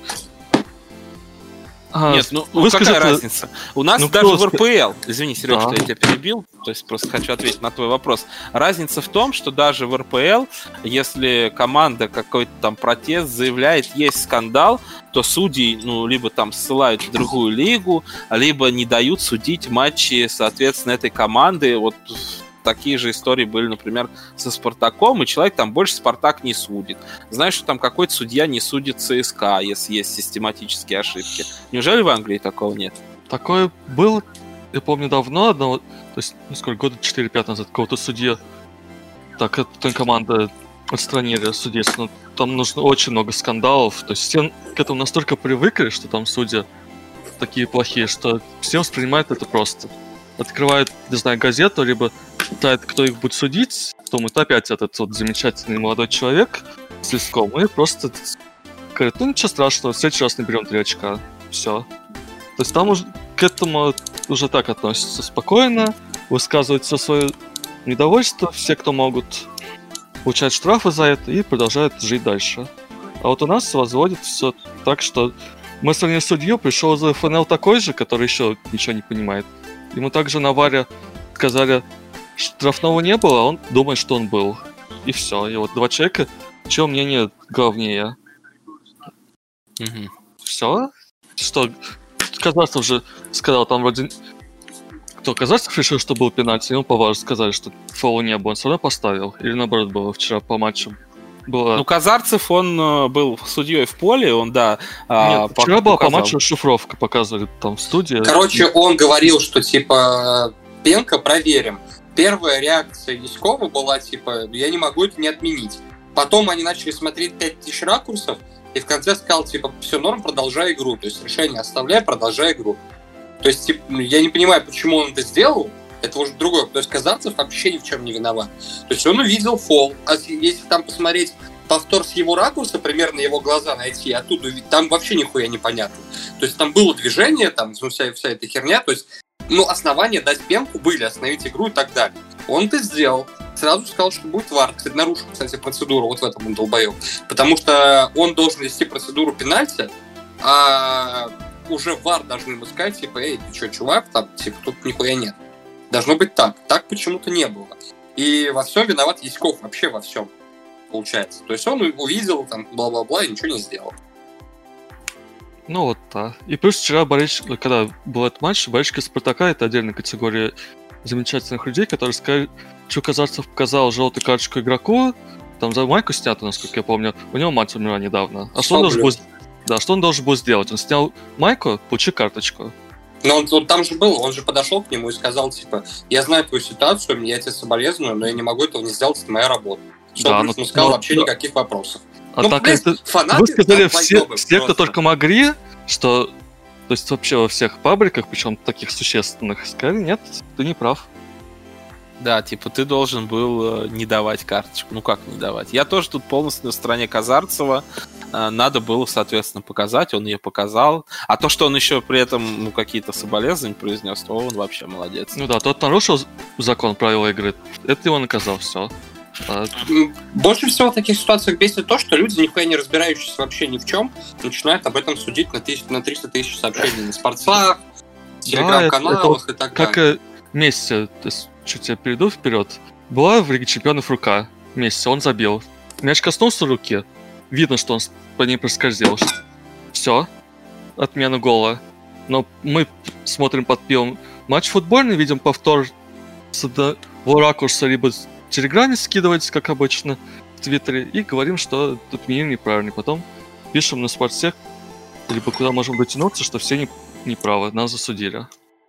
Нет, какая разница? У нас даже в РПЛ, извини, Серег, что я тебя перебил, то есть просто хочу ответить на твой вопрос. Разница в том, что даже в РПЛ, если команда какой-то там протест заявляет, есть скандал, то судьи, либо там ссылают в другую лигу, либо не дают судить матчи, соответственно, этой команды. такие же истории были, например, со Спартаком, и человек там больше Спартак не судит. Знаешь, что там какой-то судья не судит ЦСКА, если есть систематические ошибки. Неужели в Англии такого нет? Такое было, я помню, давно, одного, то есть, сколько, года 4-5 назад, какого-то судья, так, эта команда отстранили судейство. Там нужно очень много скандалов, то есть все к этому настолько привыкли, что там судьи такие плохие, что все воспринимают это просто. Открывают, не знаю, газету, либо читают, кто их будет судить, думают, опять этот вот замечательный молодой человек с листком, и просто говорят, ну ничего страшного, в следующий раз наберем 3 очка. Все. То есть там уже к этому уже так относятся спокойно, высказывают все свое недовольство, все, кто могут, получают штрафы за это и продолжают жить дальше. А вот у нас возводит все так, что мы сравнили судью, пришел из ФНЛ такой же, который еще ничего не понимает. Ему также на ВАРе сказали, штрафного не было, а он думает, что он был. И все. И вот 2 человека, чье мнение главнее. Все? Что? Казарцев же сказал, там вроде... Кто, Казарцев решил, что был пенальти, ему по ВАРу сказали, что фола не было, он все равно поставил. Или наоборот было вчера по матчу. Было... Ну, Казарцев, он был судьей в поле, он, да... Нет, вчера была по матчу шифровка, показывали там в студии. Короче, он говорил, что, типа, Пенко проверим. Первая реакция Яськова была, типа, я не могу это не отменить. Потом они начали смотреть 5000 ракурсов, и в конце сказал, типа, все норм, продолжай игру. То есть решение оставляй, продолжай игру. То есть, типа, я не понимаю, почему он это сделал, это уже другое. То есть Казанцев вообще ни в чем не виноват. То есть он увидел фол. А если там посмотреть повтор с его ракурса, примерно его глаза найти, оттуда там вообще нихуя не понятно. То есть там было движение, там вся эта херня. То есть, ну, основания дать пенку были, остановить игру и так далее. Он это сделал. Сразу сказал, что будет ВАР. Кстати, нарушил, кстати, процедуру. Вот в этом он долбоёб. Потому что он должен вести процедуру пенальти, а уже ВАР должны ему сказать, типа, эй, ты что, чувак, там, типа, тут нихуя нет. Должно быть так. Так почему-то не было. И во всем виноват Яськов. Вообще во всем, получается. То есть он увидел, там, бла-бла-бла, и ничего не сделал. Ну вот, да. И плюс вчера болельщики, когда был этот матч, болельщики Спартака — это отдельная категория замечательных людей, которые сказали, что Казарцев показал желтую карточку игроку, там за майку снято, насколько я помню, у него мать умерла недавно. А что он должен был... Да, что он должен был сделать? Он снял майку, получи карточку. Но он там же был, он же подошел к нему и сказал, типа, я знаю твою ситуацию, я тебе соболезную, но я не могу этого не сделать, это моя работа. Что да, он сказал, вообще никаких вопросов. А ну, так это... Вы сказали все, кто только могли, что... То есть вообще во всех пабликах, причем таких существенных, сказали, нет, ты не прав. Да, типа ты должен был не давать карточку. Ну как не давать? Я тоже тут полностью на стороне Казарцева. Надо было, соответственно, показать, он ее показал. А то, что он еще при этом ну, какие-то соболезнования произнес, то он вообще молодец. Ну да, тот нарушил закон, правила игры. Это его наказал, все. Больше всего в таких ситуациях бесит то, что люди, нихуя не разбирающиеся вообще ни в чем, начинают об этом судить на 300 тысяч сообщений на спортсах, в телеграм-каналах и так далее. Как Месси, то есть, чуть я перейду вперед, была в Лиге Чемпионов рука Месси, он забил. Мяч коснулся руки, видно, что он по ней проскользил. Все, отмена гола. Но мы смотрим под пивом матч футбольный, видим повтор с одного ракурса, либо в Телеграме скидывается, как обычно, в Твиттере, и говорим, что отменили неправильно. Потом пишем на спортсех, либо куда можем дотянуться, что все неправы, нас засудили.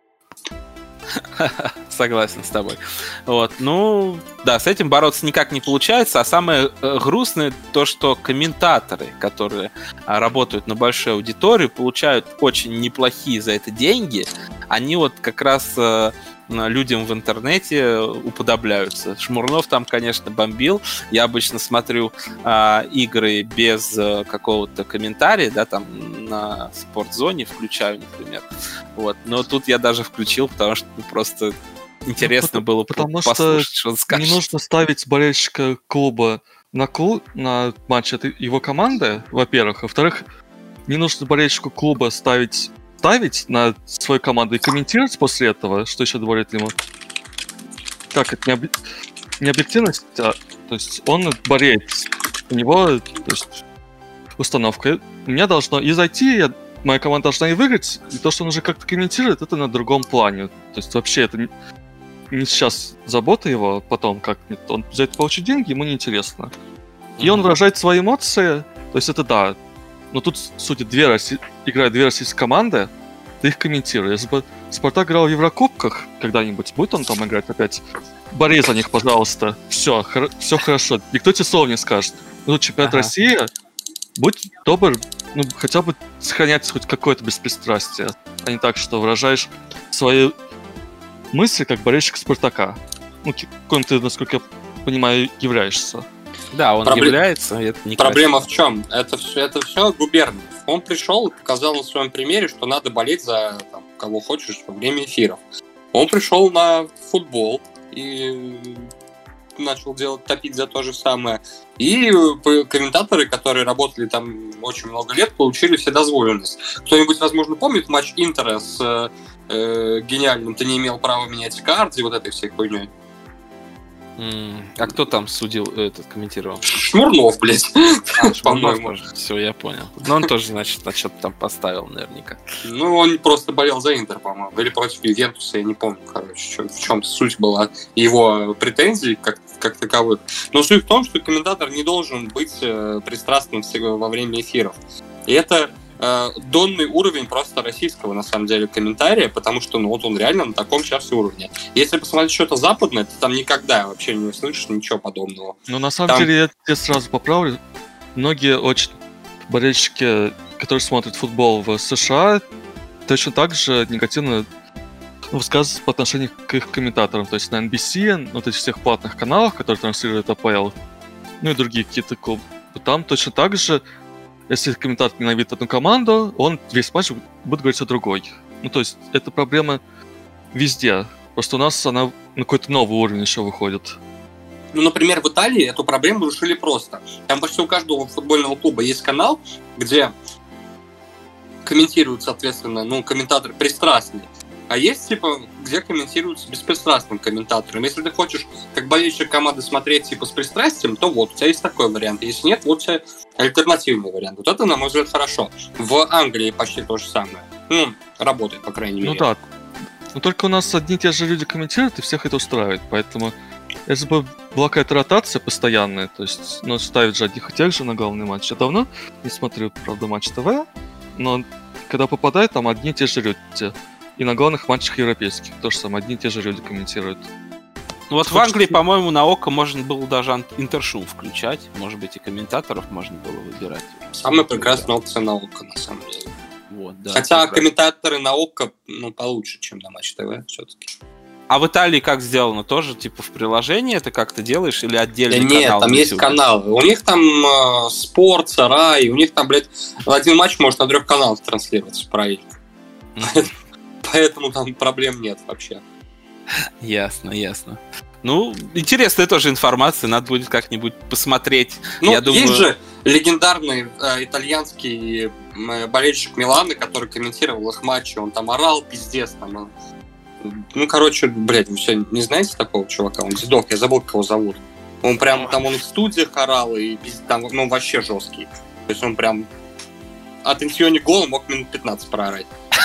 Согласен с тобой. Вот, ну, да, с этим бороться никак не получается, а самое грустное то, что комментаторы, которые работают на большую аудиторию, получают очень неплохие за это деньги, они вот как раз людям в интернете уподобляются. Шмурнов там, конечно, бомбил. Я обычно смотрю игры без какого-то комментария, да, там на Спортзоне включаю, например. Вот. Но тут я даже включил, потому что просто интересно было послушать, что он скажет. Не нужно ставить болельщика клуба на матч его команды, во-первых. Во-вторых, не нужно болельщику клуба ставить на свою команду и комментировать после этого, что еще говорит ему. Как это не объективность, а то есть он болеет. У него то есть, установка. У меня должно и зайти, моя команда должна и выиграть, и то, что он уже как-то комментирует, это на другом плане. То есть вообще это не сейчас забота его, потом как он за это получит деньги, ему неинтересно. И он выражает свои эмоции, то есть это да. Но тут, судя, играют две российские команды, ты их комментируешь. Если бы Спартак играл в Еврокубках когда-нибудь, будет он там играть опять? Борись за них, пожалуйста. Все хорошо. Никто тебе слова не скажет. Ну, чемпионат России, будь добр, ну, хотя бы сохранять хоть какое-то беспристрастие, а не так, что выражаешь свои мысли как болельщик Спартака. Ну, каким ты, насколько я понимаю, являешься. Да, он является, это не Проблема в чем? Это все Губерниев. Он пришел и показал на своем примере, что надо болеть за там, кого хочешь во время эфиров. Он пришел на футбол и начал топить за то же самое. И комментаторы, которые работали там очень много лет, получили вседозволенность. Кто-нибудь, возможно, помнит матч Интера с гениальным «Ты не имел права менять карты» и вот этой всей хуйней? А кто там судил, комментировал? Шмурнов, блядь. По-моему. Все, я понял. Но он тоже, значит, на что-то там поставил наверняка. Ну, он просто болел за Интер, по-моему. Или против Ювентуса, я не помню, короче, в чем суть была его претензий как таковых. Но суть в том, что комментатор не должен быть пристрастным во время эфиров. И это донный уровень просто российского, на самом деле, комментария, потому что, ну, вот он реально на таком сейчас уровне. Если посмотреть что-то западное, ты там никогда вообще не услышишь ничего подобного. Ну, на самом деле, я тебя сразу поправлю. Многие очень болельщики, которые смотрят футбол в США, точно так же негативно высказываются по отношению к их комментаторам. То есть на NBC, вот этих всех платных каналах, которые транслируют АПЛ, ну и другие какие-то клубы, там точно так же, если комментатор ненавидит одну команду, он весь матч будет говорить о другой. Ну, то есть, это проблема везде. Просто у нас она на какой-то новый уровень еще выходит. Ну, например, в Италии эту проблему решили просто. Там почти у каждого футбольного клуба есть канал, где комментируют, соответственно, ну, комментатор пристрастный. А есть, типа, где комментируются беспристрастным комментатором. Если ты хочешь, как болельщик команды, смотреть, типа, с пристрастием, то вот, у тебя есть такой вариант. Если нет, вот у тебя альтернативный вариант. Вот это, на мой взгляд, хорошо. В Англии почти то же самое. Ну, работает, по крайней мере. Ну да. Но только у нас одни и те же люди комментируют, и всех это устраивает. Поэтому, если бы была какая-то ротация постоянная, то есть, ну, ставить же одних и тех же на главный матч. Я давно не смотрю, правда, Матч ТВ, но когда попадает, там одни и те же люди. И на главных матчах европейских то же самое, одни и те же люди комментируют. Ну вот в Англии, по-моему, на ОКО можно было даже интершум включать. Может быть, и комментаторов можно было выбирать. Самая прекрасная опция на ОКО, на самом деле. Вот, да, хотя комментаторы на ОКО, ну, получше, чем на Матч ТВ, все-таки. А в Италии как сделано? Тоже, типа, в приложении это как-то делаешь или отдельный канал? Нет, там есть каналы. У них там спорт, сарай, у них там, блядь, один матч может на 3 каналах транслироваться параллельно. Поэтому там проблем нет вообще. Ясно. Ну, интересная тоже информация, надо будет как-нибудь посмотреть. Ну, я думаю... есть же легендарный итальянский болельщик Милана, который комментировал их матчи, он там орал, пиздец, там. Ну, короче, блядь, вы все не знаете такого чувака? Он дедок, я забыл, как его зовут. Он прям, там он в студиях орал, и там, ну, вообще жесткий. То есть он прям от Инсиони гола мог минут 15 проорать.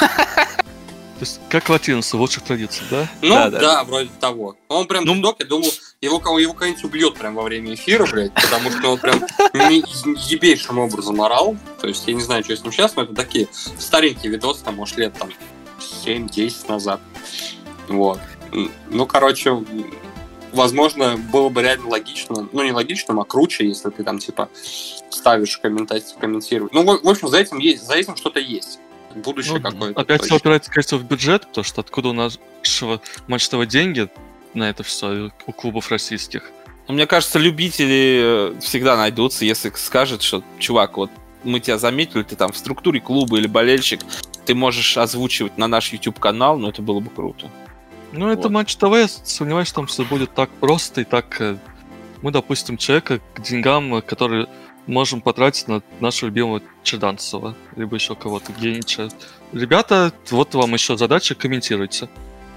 То есть, как латиносы, в лучших традициях, да? Ну, да, вроде того. Он прям дедок, я думал, его кого-нибудь убьет прям во время эфира, блядь, потому что он прям ебейшим образом орал. То есть, я не знаю, что с ним сейчас, но это такие старенькие видосы, там, может, лет там 7-10 назад. Вот. Ну, короче, возможно, было бы реально логично, ну, не логичным, а круче, если ты там, типа, ставишь комментировать. Ну, в общем, за этим что-то есть. Будущее какое-то. Опять все опирается, кажется, в бюджет, потому что откуда у нашего Матч ТВ деньги на это все у клубов российских? Мне кажется, любители всегда найдутся, если скажут, что, чувак, вот мы тебя заметили, ты там в структуре клуба или болельщик, ты можешь озвучивать на наш YouTube-канал, но это было бы круто. Ну, это Матч ТВ, я сомневаюсь, что там все будет так просто и так... Мы, допустим, человека к деньгам, которые можем потратить на нашего любимого Черданцева, либо еще кого-то, Генича. Ребята, вот вам еще задача, комментируйте.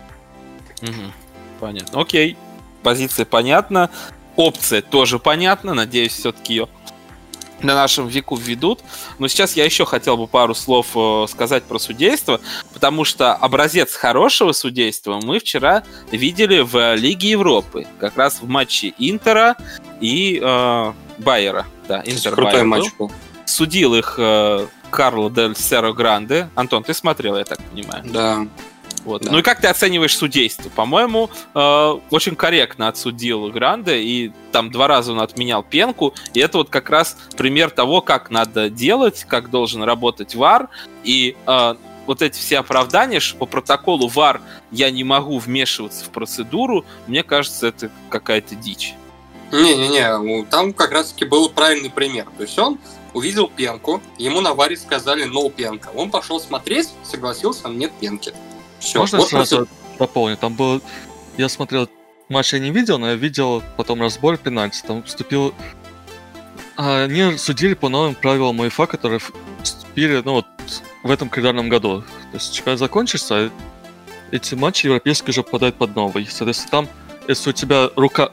Понятно. Окей. Позиция понятна. Опция тоже понятна. Надеюсь, все-таки ее на нашем веку введут. Но сейчас я еще хотел бы пару слов сказать про судейство, потому что образец хорошего судейства мы вчера видели в Лиге Европы, как раз в матче Интера и Байера. Да, Интер крутой матч был. Судил их Карло дель Серо Гранде. Антон, ты смотрел, я так понимаю? Да. Вот. Да. Ну и как ты оцениваешь судейство? По-моему, очень корректно отсудил Гранде, и там 2 раза он отменял пенку, и это вот как раз пример того, как надо делать, как должен работать ВАР, и вот эти все оправдания, что по протоколу ВАР я не могу вмешиваться в процедуру, мне кажется, это какая-то дичь. Не-не-не, там как раз-таки был правильный пример. То есть он увидел пенку, ему на ВАРе сказали «no пенка». Он пошел смотреть, согласился, нет пенки. Все. Можно вот сразу дополню? Там было... Я смотрел... Матч я не видел, но я видел потом разбор пенальти. Там вступил... Они судили по новым правилам УЕФА, которые вступили, ну вот, в этом календарном году. То есть чемпионат закончится, а эти матчи европейские уже попадают под новый. Соответственно, там, если у тебя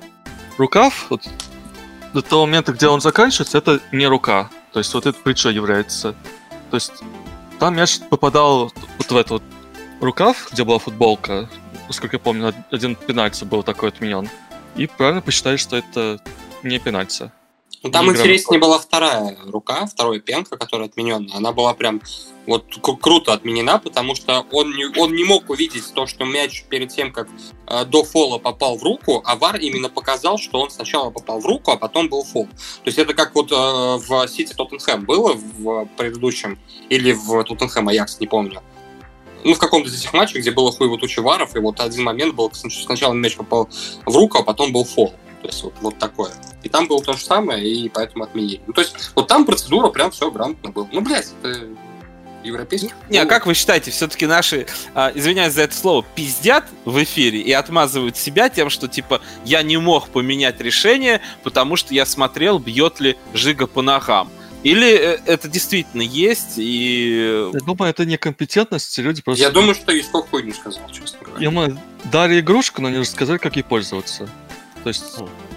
рукав, вот, до того момента, где он заканчивается, это не рука. То есть вот это плечо является. То есть там мяч попадал вот в этот вот рукав, где была футболка. Насколько я помню, один пенальти был такой отменен. И правильно посчитали, что это не пенальти. Ну, там интереснее была вторая рука, вторая пенка, которая отмененная. Она была прям вот круто отменена, потому что он не мог увидеть то, что мяч перед тем, как до фола попал в руку, а ВАР именно показал, что он сначала попал в руку, а потом был фол. То есть это как вот в Сити Тоттенхэм было в предыдущем, или в Тоттенхэм Аякс, не помню. Ну, в каком-то из этих матчей, где было хуево туча варов, и вот один момент был, сначала мяч попал в руку, а потом был фол. То есть вот такое. И там было то же самое, и поэтому отменили. Ну, то есть вот там процедура прям все грамотно была. Ну, блядь, это европейский... Не, а как вы считаете, все-таки наши, извиняюсь за это слово, пиздят в эфире и отмазывают себя тем, что, типа, я не мог поменять решение, потому что я смотрел, бьет ли Жига по ногам? Или это действительно есть, и... Я думаю, это некомпетентность, люди просто... Я думаю, что Иско хуйню сказал, честно говоря. Ему дали игрушку, но не рассказали, как ей пользоваться. То есть,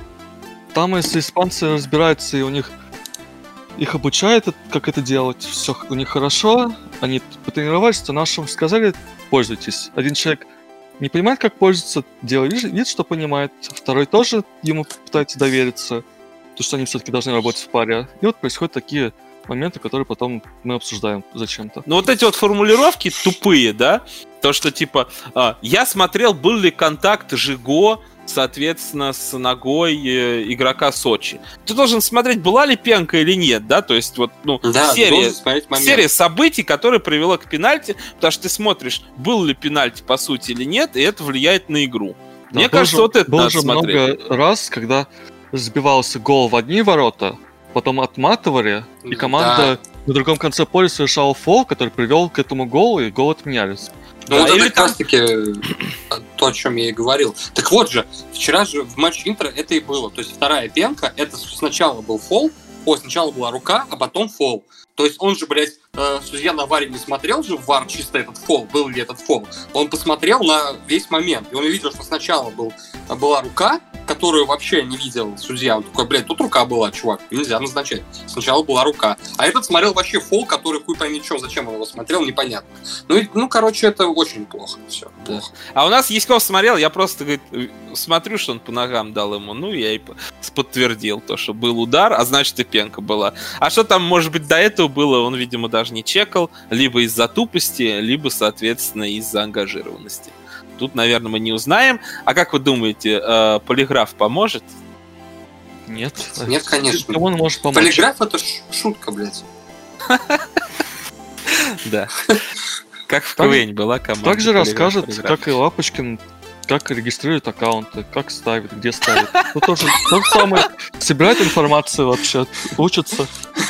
там, если испанцы разбираются, и у них их обучают, как это делать, все у них хорошо, они потренировались, то нашим сказали, пользуйтесь. Один человек не понимает, как пользоваться, делает вид, что понимает, второй тоже ему пытается довериться, потому что они все-таки должны работать в паре. И вот происходят такие моменты, которые потом мы обсуждаем зачем-то. Ну вот эти вот формулировки тупые, да? То, что типа, я смотрел, был ли контакт Жиго, соответственно, с ногой игрока Сочи. Ты должен смотреть, была ли пенка или нет, да? То есть вот, ну, да, серия событий, которая привела к пенальти, потому что ты смотришь, был ли пенальти по сути или нет, и это влияет на игру. Да, мне кажется, вот это надо смотреть. Было же много раз, когда забивался гол в одни ворота, потом отматывали, и команда на другом конце поля совершала фол, который привел к этому голу, и гол отменялись. Ну, да, вот это как раз-таки то, о чем я и говорил. Так вот же, вчера же в матче Интера это и было. То есть вторая пенка, это сначала был фол, сначала была рука, а потом фол. То есть он же, блядь, судья на ВАРе не смотрел же в ВАР чисто этот фол, был ли этот фол. Он посмотрел на весь момент, и он увидел, что сначала была рука, которую вообще не видел судья. Он такой, блядь, тут рука была, чувак, нельзя назначать. Сначала была рука. А этот смотрел вообще фол, который хуй пойми чё, зачем он его смотрел, непонятно. Ну, короче, это очень плохо. Все, плохо. А у нас Яськов смотрел, я просто, говорит, смотрю, что он по ногам дал ему, ну, я и подтвердил то, что был удар, а значит и пенка была. А что там, может быть, до этого было, он, видимо, даже не чекал, либо из-за тупости, либо, соответственно, из-за ангажированности. Тут, наверное, мы не узнаем. А как вы думаете, полиграф поможет? Нет. Нет, конечно. Кому он может помочь? Полиграф — это шутка, блядь. Да. Как в КВН была команда. Также расскажет, как и Лапочкин, как регистрирует аккаунты, как ставит, где ставит. Ну, тоже то же самое. Собирает информацию вообще, учится.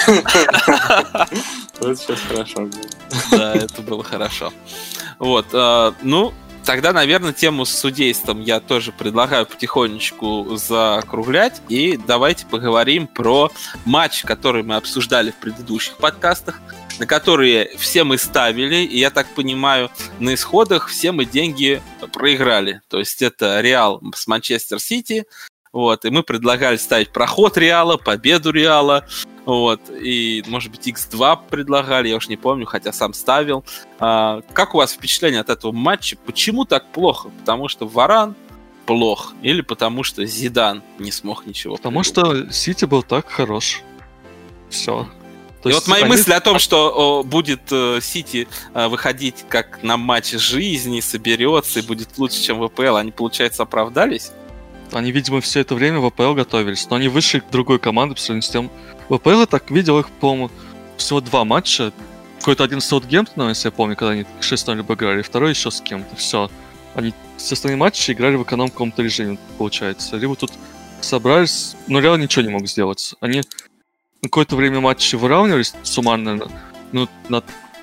Вот сейчас хорошо было. Да, это было хорошо. Вот, ну... Тогда, наверное, тему с судейством я тоже предлагаю потихонечку закруглять. И давайте поговорим про матч, который мы обсуждали в предыдущих подкастах, на которые все мы ставили. И, я так понимаю, на исходах все мы деньги проиграли. То есть это Реал с Манчестер Сити. Вот, и мы предлагали ставить проход Реала, победу Реала. Вот, и, может быть, X2 предлагали, я уж не помню, хотя сам ставил. Как у вас впечатление от этого матча? Почему так плохо? Потому что Варан плох? Или потому что Зидан не смог ничего Потому придумать? что Сити был так хорош. Все. И вот мои мысли о том, что будет Сити выходить как на матч жизни, соберется и будет лучше, чем ВПЛ, они, получается, оправдались? Они, видимо, все это время в АПЛ готовились, но они вышли к другой команде по сравнению с тем. В АПЛ я так видел их, по-моему, всего 2 матча. Какой-то один с Саутгемптоном, если я помню, когда они 6-0 обыграли, второй еще с кем-то. Все. Они все остальные матчи играли в эконом-каком-то режиме, получается. Либо тут собрались, но Реал ничего не мог сделать. Они какое-то время матчи выравнивались суммарно, ну, на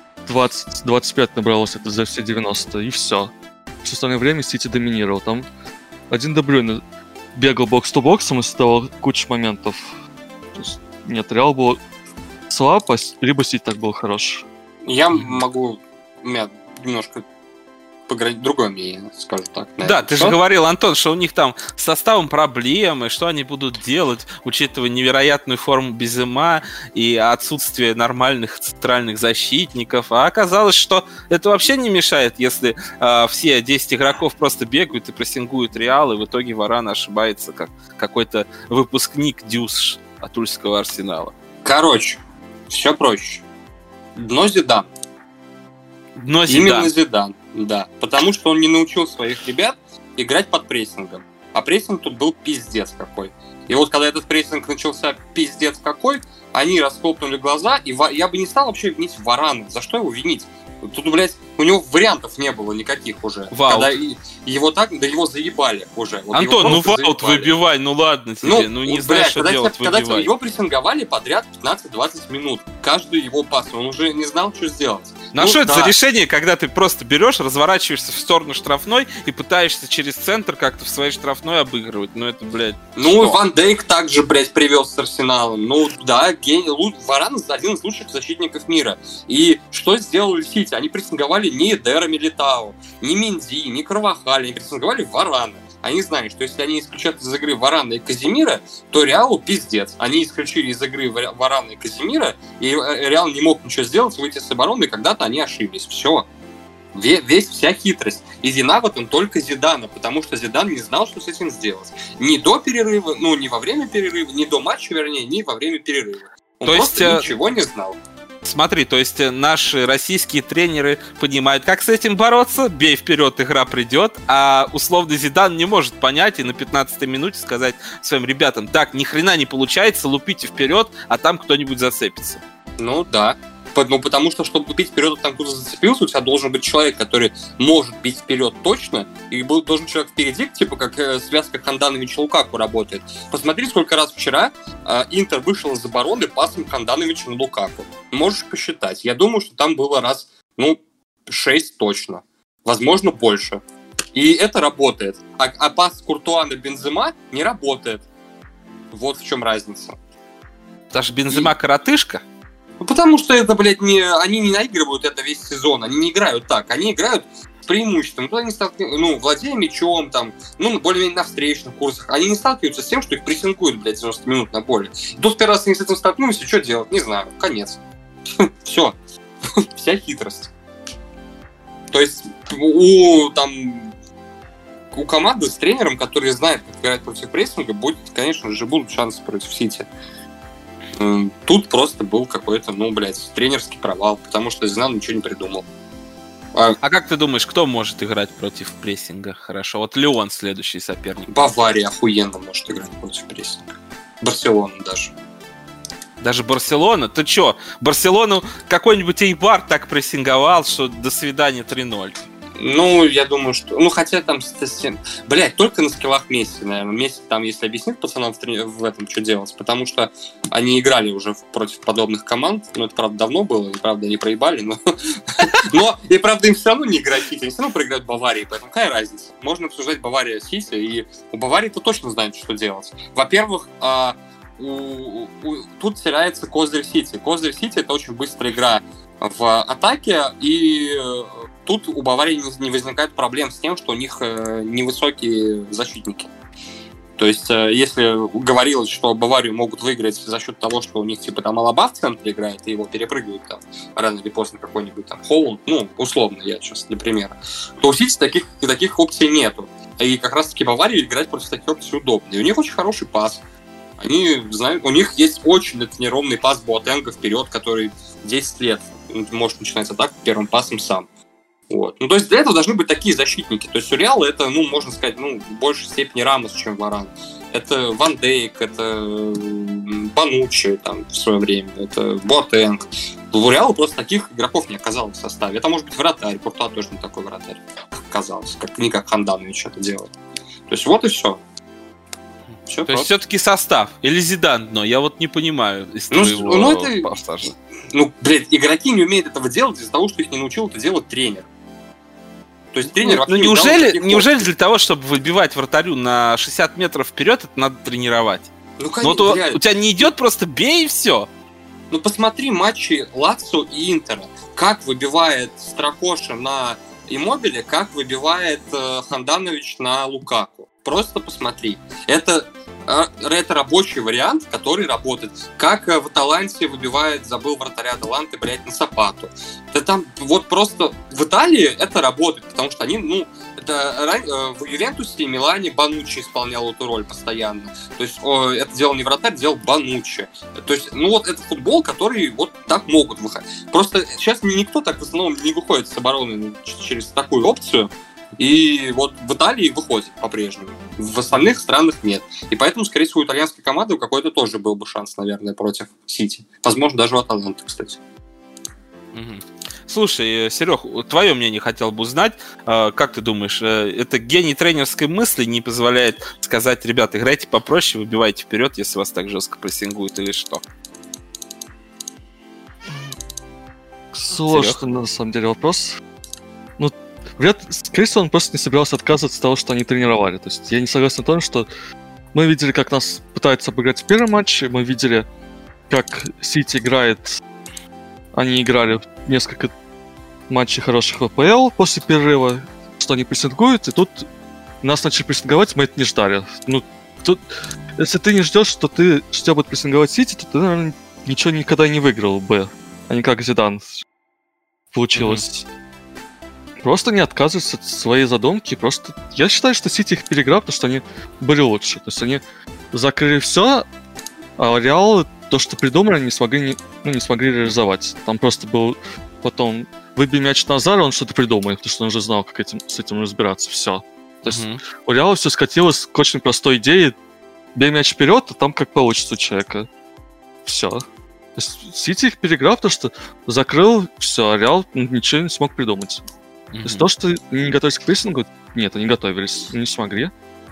20-25 набралось это за все 90, и все. Все остальное время Сити доминировал. Там один Де Брюйне бегал бокс-то-боксом и создавал кучу моментов. То есть, нет, Реал был слаб, либо Сити так был хорош. Я могу... У меня немножко другое мнение, скажу так. Да, ты же говорил, Антон, что у них там с составом проблемы, что они будут делать, учитывая невероятную форму Бензема и отсутствие нормальных центральных защитников. А оказалось, что это вообще не мешает, если все 10 игроков просто бегают и прессингуют Реал, и в итоге Варан ошибается, как какой-то выпускник Дюс от Тульского Арсенала. Короче, все проще. Дно Зидан. Но Зидан. Именно Зидан, да. Потому что он не научил своих ребят играть под прессингом. А прессинг тут был пиздец какой. И вот когда этот прессинг начался пиздец какой, они расхлопнули глаза, и я бы не стал вообще винить Варана. За что его винить? Тут, блядь, у него вариантов не было никаких уже. Ваут. Когда его так, да его заебали уже. Вот Антон, ну ваут выбивай, ну ладно тебе, ну не знаешь, что делать, когда выбивай. его прессинговали подряд 15-20 минут, каждый его пас, он уже не знал, что сделать. Ну что это за решение, когда ты просто берешь, разворачиваешься в сторону штрафной и пытаешься через центр как-то в своей штрафной обыгрывать? Ну это, блядь, Ну, что? Ван Дейк также, блядь, привез с Арсеналом. Ну, да, Варан один из лучших защитников мира. И что сделали Сити? Они прессинговали не Эдера Милитао, не Менди, не Карвахаля, они прессинговали Варана. Они знали, что если они исключат из игры Варана и Казимира, то Реалу пиздец. Они исключили из игры Варана и Казимира, и Реал не мог ничего сделать, выйти с обороны, и когда-то они ошиблись. Все. Вся хитрость. И вина в этом только Зидана, потому что Зидан не знал, что с этим сделать. Ни до перерыва, ну, не во время перерыва, ни до матча, вернее, ни во время перерыва. Он просто ничего не знал. Смотри, то есть наши российские тренеры понимают, как с этим бороться, бей вперед, игра придет, а условный Зидан не может понять и на 15-й минуте сказать своим ребятам: так, ни хрена не получается, лупите вперед, а там кто-нибудь зацепится. Ну да. Ну, потому что, чтобы бить вперед, там кто-то зацепился, у тебя должен быть человек, который может бить вперед точно, и должен человек впереди, типа как связка Ханданович Лукаку работает. Посмотри, сколько раз вчера Интер вышел из обороны пасом Хандановича на Лукаку. Можешь посчитать. Я думаю, что там было раз, 6 точно. Возможно, больше. И это работает. А пас Куртуа на Бензема не работает. Вот в чем разница. Даже Бензема коротышка? Ну, потому что это, блядь, они не наигрывают это весь сезон, они не играют так, они играют с преимуществом. Тут они владея мячом, там, более-менее на встречных курсах, они не сталкиваются с тем, что их прессингуют, блядь, 90 минут на поле. И тут первый раз они с этим столкнулись, и что делать? Не знаю, конец. Все. Вся хитрость. То есть у команды с тренером, который знает, как играть против прессинга, будет, конечно же, будут шансы против Сити. Тут просто был какой-то, тренерский провал, потому что Зидан ничего не придумал. А как ты думаешь, кто может играть против прессинга хорошо? Вот Лион следующий соперник. Бавария охуенно может играть против прессинга. Барселона даже. Даже Барселона? Ты чё? Барселону какой-нибудь Эйбар так прессинговал, что до свидания 3-0. Я думаю, что... хотя там... Блядь, только на скиллах Месси, наверное. Месси там, если объяснить пацанам в этом, что делать. Потому что они играли уже против подобных команд. Это, правда, давно было. И, правда, не проебали. Но и, правда, им все равно не играть Сити. Они все равно проиграют Баварии. Поэтому какая разница? Можно обсуждать Бавария Сити. И у Баварии-то точно знают, что делать. Во-первых, тут теряется козырь Сити. Козырь Сити — это очень быстрая игра в атаке. И... Тут у Баварии не возникает проблем с тем, что у них невысокие защитники. То есть, если говорилось, что Баварию могут выиграть за счет того, что у них типа там Алаба в центре играет, и его перепрыгивают там рано или поздно какой-нибудь там Холланд, ну, условно, я сейчас для примера, то у Сити таких опций нету. И как раз-таки Баварии играть против таких опций удобно. И у них очень хороший пас. Они знают, у них есть очень натренированный пас Боатенга вперед, который 10 лет может начинать атаку первым пасом сам. Вот. Ну, то есть для этого должны быть такие защитники. То есть у Реала это, ну, можно сказать, ну, в большей степени Рамос, чем Варан. Это Ван Дейк, это Бануччи там в свое время, это Боатенг. У Реала просто таких игроков не оказалось в составе. Это может быть вратарь, Куртуа тоже не такой вратарь, как оказалось, не как Ханданович это делает. То есть вот и все. То есть все-таки состав или Зидан, но я вот не понимаю из твоего пассажа. Ну, блядь, игроки не умеют этого делать из-за того, что их не научил это делать тренер. То есть тренер вообще неужели для того, чтобы выбивать вратарю на 60 метров вперед, это надо тренировать? Ну, конечно, у тебя не идет, просто бей и все. Ну, посмотри матчи Лацио и Интера. Как выбивает Страхоша на Иммобиле, как выбивает Ханданович на Лукаку. Просто посмотри. Это рабочий вариант, который работает. Как в Аталанте выбивает, забыл вратаря Аталанты, блядь, на Сапату. Да там вот просто в Италии это работает, потому что они, ну, это в Ювентусе и Милане Бануччи исполнял эту роль постоянно. То есть это делал не вратарь, делал Бануччи. То есть, ну вот это футбол, который вот так могут выходить. Просто сейчас никто так в основном не выходит с обороны через такую опцию. И вот в Италии выходит по-прежнему. В остальных странах нет. И поэтому, скорее всего, у итальянской команды у какой-то тоже был бы шанс, наверное, против Сити. Возможно, даже у Аталанты, кстати. Слушай, Серег, твое мнение хотел бы узнать. Как ты думаешь, это гений тренерской мысли не позволяет сказать: ребята, играйте попроще, выбивайте вперед, если вас так жестко прессингуют, или что? Сложный, на самом деле, вопрос. Ну, вряд ли, скорее всего, он просто не собирался отказываться от того, что они тренировали. То есть я не согласен в том, что мы видели, как нас пытаются обыграть в первом матче, мы видели, как Сити играет. Они играли несколько матчей хороших в АПЛ после перерыва, что они прессингуют, и тут нас начали прессинговать, мы это не ждали. Ну, тут, если ты не ждешь, что тебя будет прессинговать Сити, то ты, наверное, ничего никогда не выиграл бы, а не как Зидан получилось. Просто не отказываться от своей задумки, просто... Я считаю, что Сити их переиграл, потому что они были лучше. То есть они закрыли все, а Реал то, что придумали, не смогли реализовать. Там просто был потом выбей мяч на Азара, он что-то придумает, потому что он уже знал, как с этим разбираться. Все. То есть у Реала все скатилось к очень простой идее: бей мяч вперед, а там как получится у человека. Все. То есть Сити их переиграл, потому что закрыл все, а Реал ничего не смог придумать. То есть то, что не готовились к прессингу, нет, они готовились, не смогли.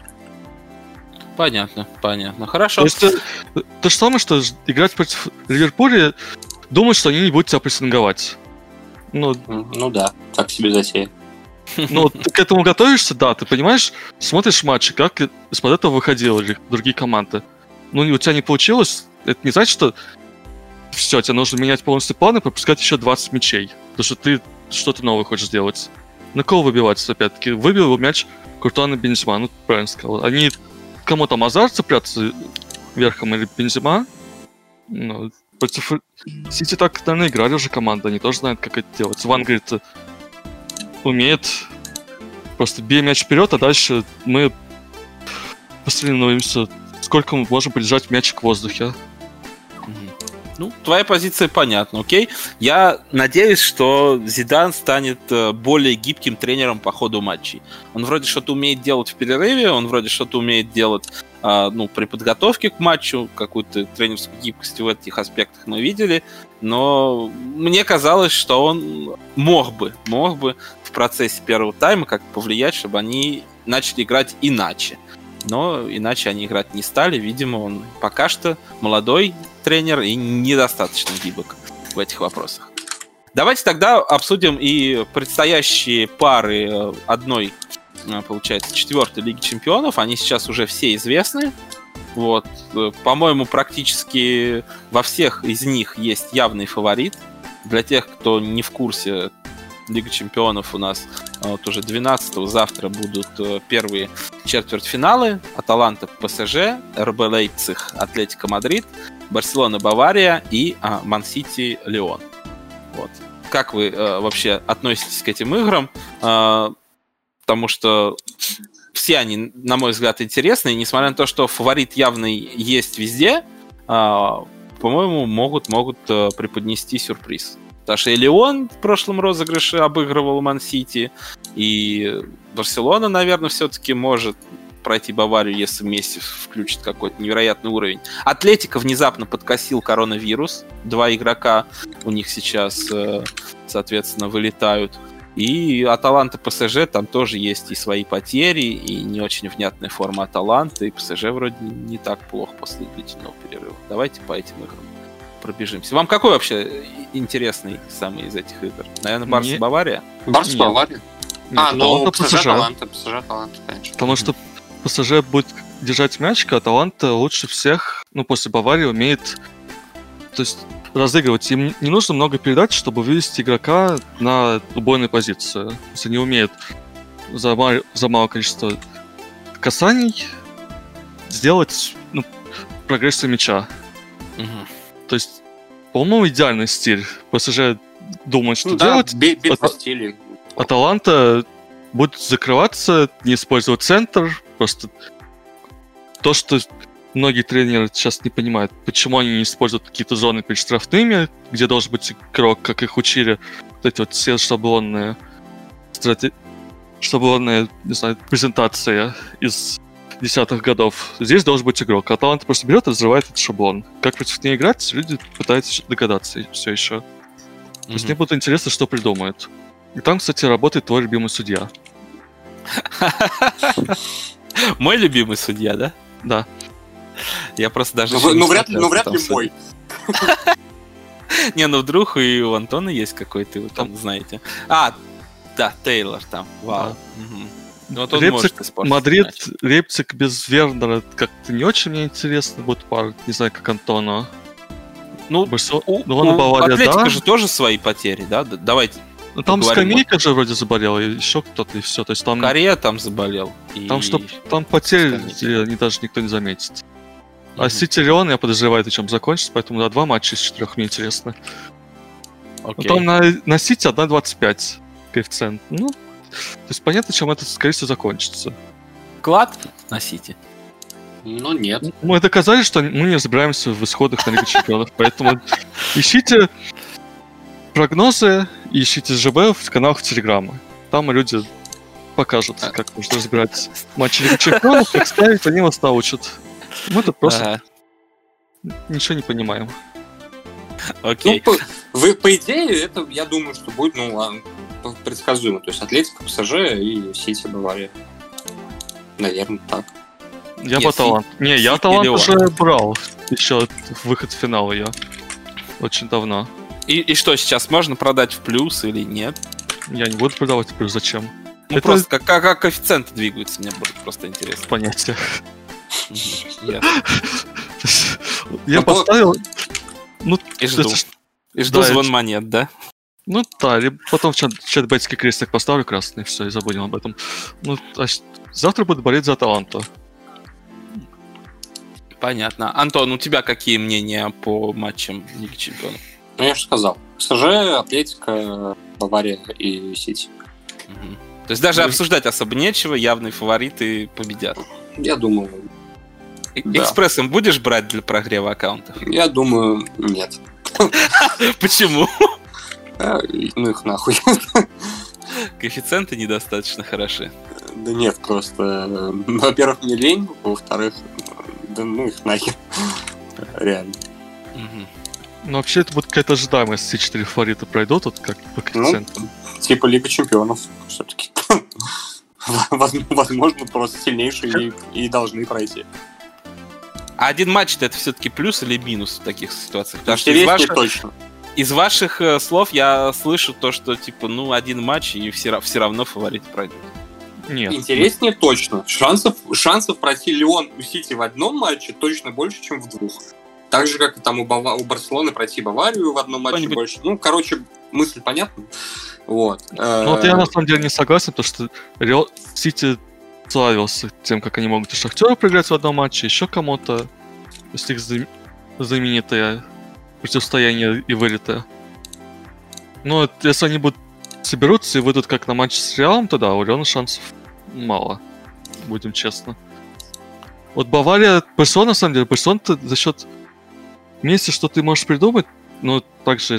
Понятно. Хорошо. То есть то же самое, что играть против Ливерпуля, думать, что они не будут тебя прессинговать. Ну да, так себе затея. Ну, ты к этому готовишься, да, ты понимаешь, смотришь матчи, как из-под этого выходили другие команды. Ну, у тебя не получилось, это не значит, что все, тебе нужно менять полностью планы, пропускать еще 20 мячей. Потому что ты что-то новое хочешь сделать. На кого выбиваться, опять-таки? Выбил мяч Куртуа на Бензема, ну, правильно сказал. Они кому там Азар цепляться верхом или Бензема? Ну, против Сити так, наверное, играли уже команда, они тоже знают, как это делать. Ван, говорит, умеет просто бей мяч вперед, а дальше мы посоревнуемся, сколько мы можем придержать мячик в воздухе. Ну, твоя позиция понятна, окей. Я надеюсь, что Зидан станет более гибким тренером по ходу матчей. Он вроде что-то умеет делать в перерыве, он вроде что-то умеет делать при подготовке к матчу, какую-то тренерскую гибкость в этих аспектах мы видели, но мне казалось, что он мог бы в процессе первого тайма как-то повлиять, чтобы они начали играть иначе. Но иначе они играть не стали. Видимо, он пока что молодой тренер и недостаточно гибок в этих вопросах. Давайте тогда обсудим и предстоящие пары одной, получается, 4-й Лиги Чемпионов. Они сейчас уже все известны. Вот. По-моему, практически во всех из них есть явный фаворит. Для тех, кто не в курсе, Лига Чемпионов у нас Вот уже 12-го завтра будут первые четвертьфиналы. Аталанта, ПСЖ, РБ Лейпциг, Атлетико Мадрид, Барселона, Бавария и Ман-Сити, Лион. Вот. Как вы вообще относитесь к этим играм? Потому что все они, на мой взгляд, интересные. Несмотря на то, что фаворит явный есть везде, по-моему, могут преподнести сюрприз. Потому что и Лион в прошлом розыгрыше обыгрывал Ман-Сити, и Барселона, наверное, все-таки может пройти Баварию, если Месси включит какой-то невероятный уровень. Атлетико внезапно подкосил коронавирус. 2 игрока у них сейчас, соответственно, вылетают. И Аталанта, ПСЖ, там тоже есть и свои потери, и не очень внятная форма Аталанты, и ПСЖ вроде не так плохо после длительного перерыва. Давайте по этим играм пробежимся. Вам какой вообще интересный самый из этих игр? Наверное, Барса, Бавария? Барса, Бавария? Ну, ПСЖ, Аталанта, конечно. Потому что ПСЖ будет держать мяч, а Аталанта лучше всех, после Баварии умеет, то есть разыгрывать. Им не нужно много передач, чтобы вывести игрока на убойную позицию. То есть они умеют за малое количество касаний сделать прогрессию мяча. Угу. То есть, по-моему, идеальный стиль. ПСЖ думает, что делать. Битва стилей. Аталанта будет закрываться, не использовать центр. Просто то, что многие тренеры сейчас не понимают, почему они не используют какие-то зоны перед штрафными, где должен быть игрок, как их учили. Вот эти вот все шаблонные, не знаю, презентации из 10-х годов. Здесь должен быть игрок. Аталанта просто берет и взрывает этот шаблон. Как против нее играть, люди пытаются догадаться все еще. То есть мне будет интересно, что придумают. И там, кстати, работает твой любимый судья. Мой любимый судья, да? Да. Я просто даже... вряд ли мой. Не, вдруг и у Антона есть какой-то, вы там знаете. Да, Тейлор там. Вау. Вот он может испортить Мадрид, матч. Лейпциг без Вернера как-то не очень мне интересно будет пара. Не знаю, как Антону. У Бавария, Атлетико да. же тоже свои потери, да? Давайте. Там поговорим. Скамейка же вроде заболел, и еще кто-то, и все. То есть там... Корея там заболел. Там потери Скамейка. они даже никто не заметит. А Сити Лион, я подозреваю, чем закончится, поэтому 2 матча из 4 мне интересно. Окей. Там на Сити 1.25 коэффициент. То есть понятно, чем это, скорее всего, закончится. Клад на Сити. Нет. Мы доказали, что мы не разбираемся в исходах на Лигу Чемпионов, поэтому ищите прогнозы и ищите ЖБ в каналах Телеграма. Там люди покажут, как нужно разбирать матчи Лиги Чемпионов, как ставить, они вас научат. Мы тут просто ничего не понимаем. Окей. По идее, это, я думаю, что будет, предсказуемо. То есть Атлетико, ПСЖ и Сити, Бавария. Наверное, так. Я бы Аталант. Не, я Аталант уже брал. Еще выход в финал ее. Очень давно. И что, сейчас можно продать в плюс или нет? Я не буду продавать в плюс, зачем? Это... просто как коэффициенты двигаются, мне будет просто интересно. Понятие. Я поставил... И жду звон монет, да? Либо потом в чат-бетике крестик поставлю красный, все, и забудем об этом. Завтра буду болеть за Аталанту. Понятно. Антон, у тебя какие мнения по матчам Лиги Чемпионов? Я же сказал. ПСЖ, Атлетико, Бавария и Сити. То есть даже обсуждать особо нечего, явные фавориты победят. Я думаю... Экспрессом будешь брать для прогрева аккаунтов? Я думаю, нет. Почему? Их нахуй. Коэффициенты недостаточно хороши. Да нет, просто... Во-первых, мне лень, во-вторых, их нахер. Реально. Вообще это будет какая-то ожидаемость, все 4 фаворита пройдут, как по коэффициентам. Типа Лига Чемпионов, все-таки. Возможно, просто сильнейшие и должны пройти. А один матч это все-таки плюс или минус в таких ситуациях? Потому что точно. Из ваших слов я слышу то, что типа, один матч и все равно фаворит пройдет. Нет. Интереснее точно. Шансов пройти Лион у Сити в одном матче точно больше, чем в 2. Так же, как и там у Барселоны пройти Баварию в одном матче больше. Ну, короче, мысль понятна. Вот. Ну, вот я на самом деле не согласен, потому что Реал Сити славился тем, как они могут и Шахтеру проиграть в одном матче, еще кому-то. То есть их знаменитое противостояние и вылеты. Но если они будут соберутся и выйдут как на матч с Реалом, то да, у Реала шансов мало. Будем честны. Вот Бавария, Барселона, на самом деле, Барселона за счет вместе, что ты можешь придумать, но также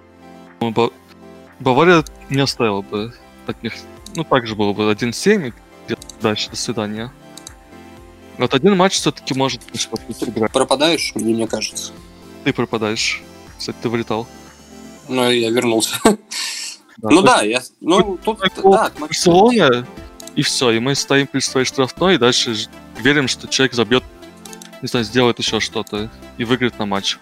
Бавария не оставила бы от них. Ну, также было бы 1-7 и где-то дальше, до свидания. Вот один матч все-таки может что-то играть. Пропадаешь, мне кажется. Ты пропадаешь. Кстати, ты вылетал. Ну, я вернулся. Да, ну да, я... Ну, тут... Да, Барселона, и все. И мы стоим перед своей штрафной, и дальше верим, что человек забьет, не знаю, сделает еще что-то и выиграет на матч.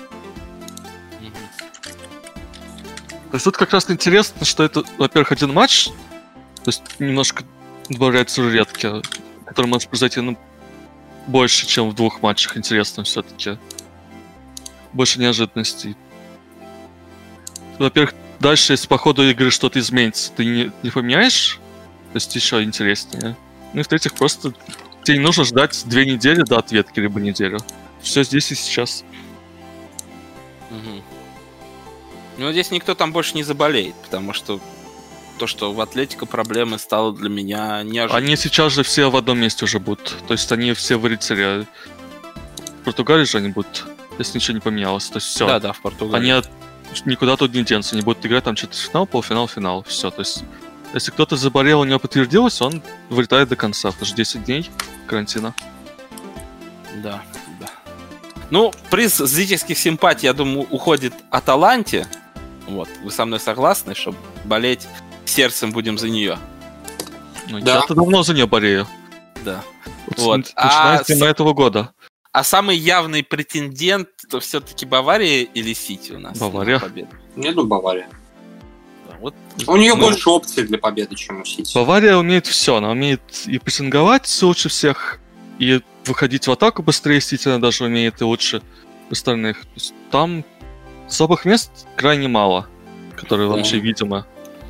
То есть тут как раз интересно, что это, во-первых, один матч, то есть немножко добавляется рулетки, который может произойти, ну, больше, чем в двух матчах. Интересно все-таки. Больше неожиданностей. Во-первых, дальше, если по ходу игры что-то изменится, ты не поменяешь, то есть еще интереснее. Ну и в-третьих, просто тебе не нужно ждать 2 недели до ответки, либо неделю. Все здесь и сейчас. Угу. Ну, здесь никто там больше не заболеет, потому что то, что в Атлетико проблемы, стало для меня неожиданно. Они сейчас же все в одном месте уже будут. То есть они все вылетели. В Португалии же они будут, если ничего не поменялось. То есть все. Да, в Португалии. Они никуда тут не денутся. Они будут играть там четвертьфинал, полуфинал, финал. Все. То есть, если кто-то заболел, у него подтвердилось, он вылетает до конца. Потому что 10 дней карантина. Да. Ну, приз зрительских симпатий, я думаю, уходит Аталанте. Вот, вы со мной согласны, что болеть сердцем будем за нее? Ну, да. Я-то давно за нее болею. Да. Вот. Начиная с этого года. А самый явный претендент, то все-таки Бавария или Сити у нас? Бавария. Я думаю, Бавария. Да, вот. У нее больше опций для победы, чем у Сити. Бавария умеет все. Она умеет и прессинговать лучше всех, и выходить в атаку быстрее. Сити она даже умеет и лучше остальных. То есть там слабых мест крайне мало, которые вообще видимы.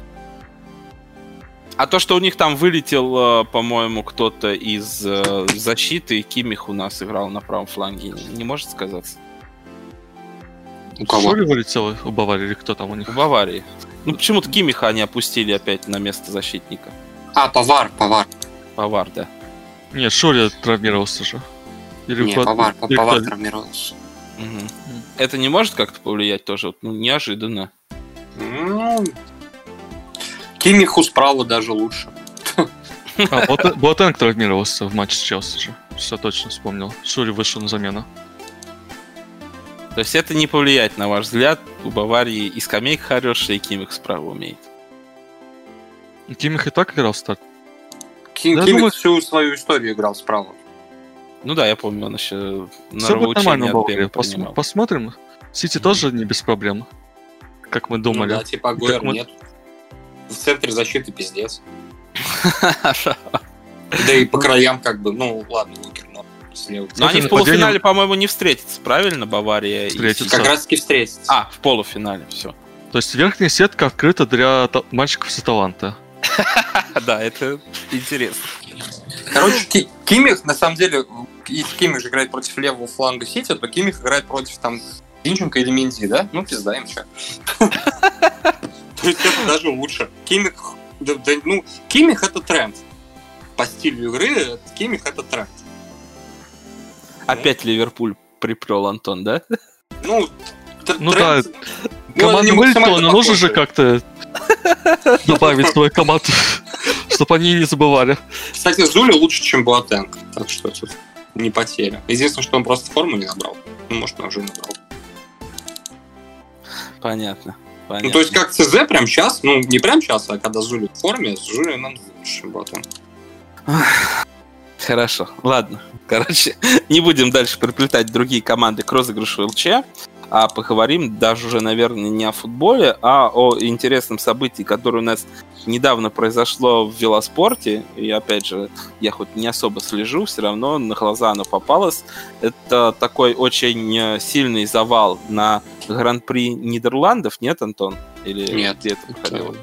А то, что у них там вылетел, по-моему, кто-то из защиты, Кимих у нас играл на правом фланге, не может сказаться? У кого? Шури вылетел у Баварии или кто там у них? У Баварии. Ну почему-то Кимиха они опустили опять на место защитника. А, Павар. Павар, да. Нет, Шури травмировался же. Или нет, Павар травмировался. Угу. Это не может как-то повлиять тоже? Ну, неожиданно. Кимиху справа даже лучше. Боатенг травмировался в матче с Челси же. Все точно вспомнил. Шури вышел на замену. То есть это не повлияет, на ваш взгляд? У Баварии и скамейка хорошая, и Кимих справа умеет. Кимих и так играл в старт. Кимих всю свою историю играл справа. Ну да, я помню, он еще на все будет нормально, Баварии. Посмотрим. Сити тоже не без проблем, как мы думали. Ну да, типа Агуэра нет. В центре защиты пиздец. Да и по краям как бы, ну ладно, Лукер, но слева. Но они в полуфинале, по-моему, не встретятся, правильно, Бавария? Встретятся. Как раз таки встретятся. А, в полуфинале, все. То есть верхняя сетка открыта для мальчиков с Аталанты. Да, это интересно. Короче, Кимих, на самом деле, если Кимих же играет против левого фланга Сити, то Кимих играет против там Зинченко или Менди, да? Ну, пизда им чё. То есть это даже лучше. Кимих, Кимих это тренд. По стилю игры Кимих это тренд. Опять Ливерпуль приплел, Антон, да? Ну да, команда вылетела, но нужно же как-то добавить свою команду, чтобы они не забывали. Кстати, Зули лучше, чем Боатенг, так что тут не потеря. Единственное, что он просто форму не набрал. Ну, может, он уже набрал. Понятно. Ну, то есть, как ЦЗ прям сейчас, ну, не прям сейчас, а когда Зули в форме, Зули нам лучше, чем Боатенг. Хорошо, ладно. Короче, не будем дальше приплетать другие команды к розыгрышу ЛЧ. а поговорим даже уже, наверное, не о футболе, а о интересном событии, которое у нас недавно произошло в велоспорте. И опять же, я хоть не особо слежу, все равно на глаза оно попалось. Это такой очень сильный завал на Гран-при Нидерландов, нет, Антон? Или нет, где это проходило?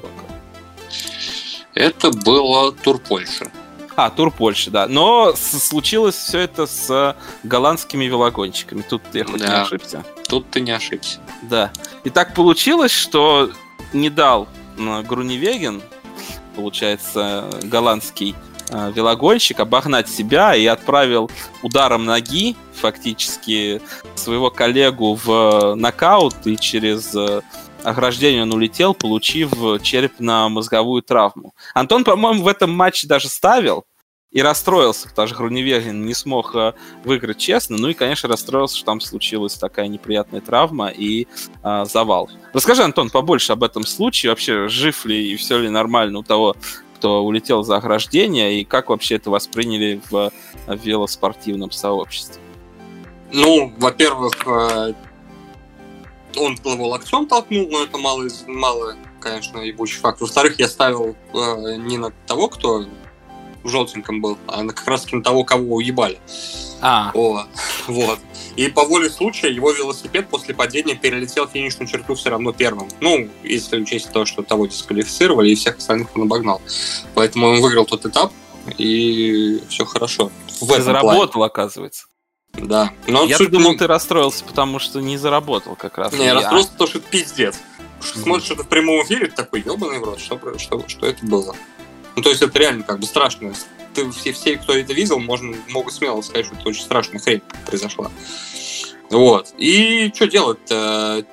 Это было Тур Польши. Тур Польши, да. Но случилось все это с голландскими велогонщиками. Тут я хоть не ошибся. Тут ты не ошибся. Да. И так получилось, что не дал Груневеген, получается, голландский велогонщик, обогнать себя и отправил ударом ноги фактически своего коллегу в нокаут, и через ограждение он улетел, получив черепно-мозговую травму. Антон, по-моему, в этом матче даже ставил и расстроился, потому что Груневеген не смог выиграть честно. Ну и, конечно, расстроился, что там случилась такая неприятная травма и завал. Расскажи, Антон, побольше об этом случае. Вообще, жив ли и все ли нормально у того, кто улетел за ограждение, и как вообще это восприняли в велоспортивном сообществе? Ну, во-первых, он его локтем толкнул, но это мало, конечно, ебучий факт. Во-вторых, я ставил не на того, кто в желтеньком был, а как раз на того, кого уебали. Вот. И по воле случая его велосипед после падения перелетел финишную черту все равно первым. Ну, если учесть то, что того дисквалифицировали, и всех остальных он обогнал. Поэтому он выиграл тот этап, и все хорошо. Ты заработал, оказывается. Да. Но я думал, ты расстроился, потому что не заработал как раз. Не, я расстроился, потому что это пиздец. Смотришь это в прямом эфире, ты такой, ебаный в рот, что это было? Ну, то есть это реально как бы страшно. Все, кто это видел, могут смело сказать, что это очень страшная хрень произошла. Вот. И что делать-то?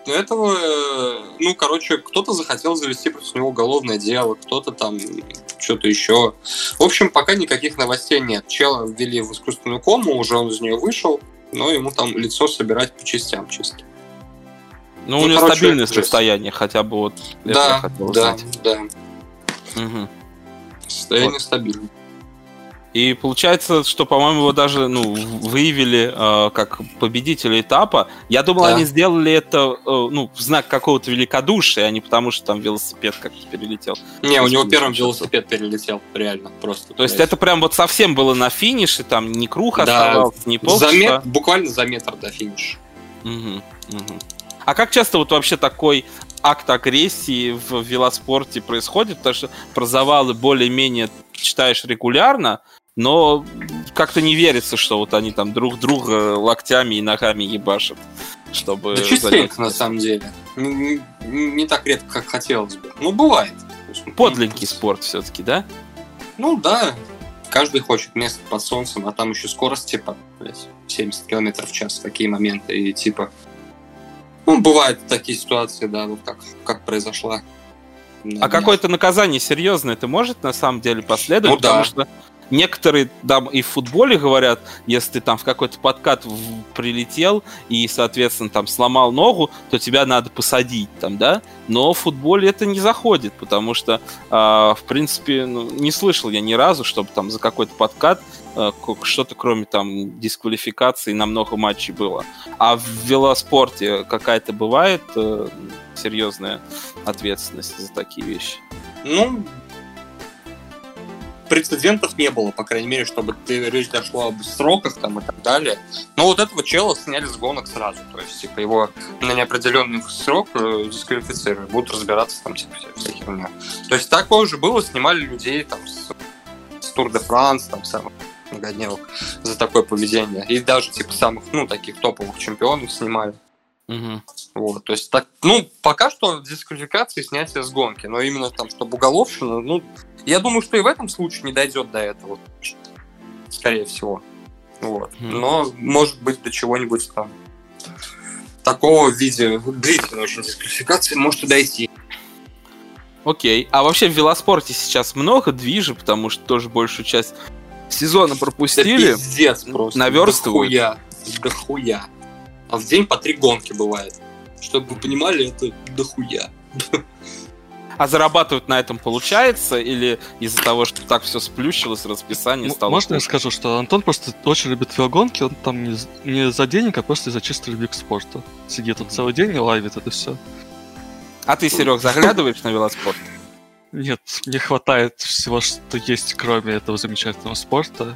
Кто-то захотел завести против него уголовное дело, кто-то там что-то еще. В общем, пока никаких новостей нет. Чела ввели в искусственную кому, уже он из нее вышел, но ему там лицо собирать по частям чисто. У него стабильное состояние, хотя бы вот это я хотел знать. Да. Угу. Состояние стабильное. И получается, что, по-моему, его даже выявили как победителя этапа. Я думал, они сделали это в знак какого-то великодушия, а не потому, что там велосипед как-то перелетел. Не, у него первым велосипед перелетел, реально, просто. То есть это прям вот совсем было на финише, там ни круг оставался, ни полчаса? Буквально за метр до финиша. Угу. А как часто вот вообще такой акт агрессии в велоспорте происходит? Потому что про завалы более-менее читаешь регулярно, но как-то не верится, что вот они там друг друга локтями и ногами ебашат, чтобы... Да частенько, на самом деле. Не так редко, как хотелось бы. Ну, бывает. Подлинный спорт все-таки, да? Ну, да. Каждый хочет место под солнцем, а там еще скорость, типа, 70 км в час, такие моменты, и типа... бывают такие ситуации, да, вот как произошла. А какое-то наказание серьезное это может на самом деле последовать? Потому что некоторые там и в футболе говорят, если ты там в какой-то подкат прилетел и, соответственно, там сломал ногу, то тебя надо посадить там, да? Но в футболе это не заходит, потому что, в принципе, не слышал я ни разу, чтобы там за какой-то подкат что-то кроме там дисквалификации на много матчей было. А в велоспорте какая-то бывает серьезная ответственность за такие вещи? Прецедентов не было, по крайней мере, чтобы речь дошла об сроках там и так далее. Но вот этого чела сняли с гонок сразу. То есть, типа, его на неопределенный срок дисквалифицировали. Будут разбираться там, типа, вся херня. То есть, такое уже было. Снимали людей там с Тур де Франс, там, самых многодневок за такое поведение. И даже, типа, самых, таких топовых чемпионов снимали. Угу. Вот, то есть, пока что дисквалификация и снятие с гонки. Но именно там, чтобы уголовщина, я думаю, что и в этом случае не дойдет до этого. Скорее всего. Вот. Но, может быть, до чего-нибудь там такого в виде длительной очень дисквалификации может и дойти. Окей. А вообще в велоспорте сейчас много движа, потому что тоже большую часть сезона пропустили. Да пиздец просто. Наверстывают. Дохуя. А в день по 3 гонки бывает. Чтобы вы понимали, это дохуя. А зарабатывать на этом получается? Или из-за того, что так все сплющилось, расписание стало... Можно я скажу, что Антон просто очень любит велогонки, он там не за денег, а просто из-за чистой любви к спорту. Сидит тут целый день и лайвит это все. А ты, Серег, заглядываешь на велоспорт? Нет, не хватает всего, что есть, кроме этого замечательного спорта.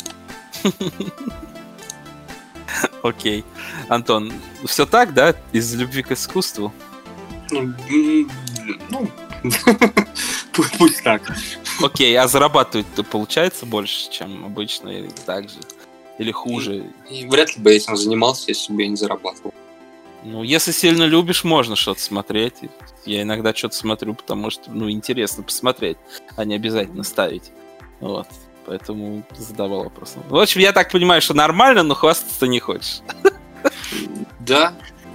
Окей. Антон, все так, да? Из любви к искусству? Ну, пусть так. Окей, а зарабатывать-то получается больше, чем обычно, или так же? Или хуже? И вряд ли бы я этим занимался, если бы я не зарабатывал. Ну, если сильно любишь, можно что-то смотреть. Я иногда что-то смотрю, потому что, интересно посмотреть, а не обязательно ставить. Вот. Поэтому задавал вопрос. В общем, я так понимаю, что нормально, но хвастаться не хочешь. Да.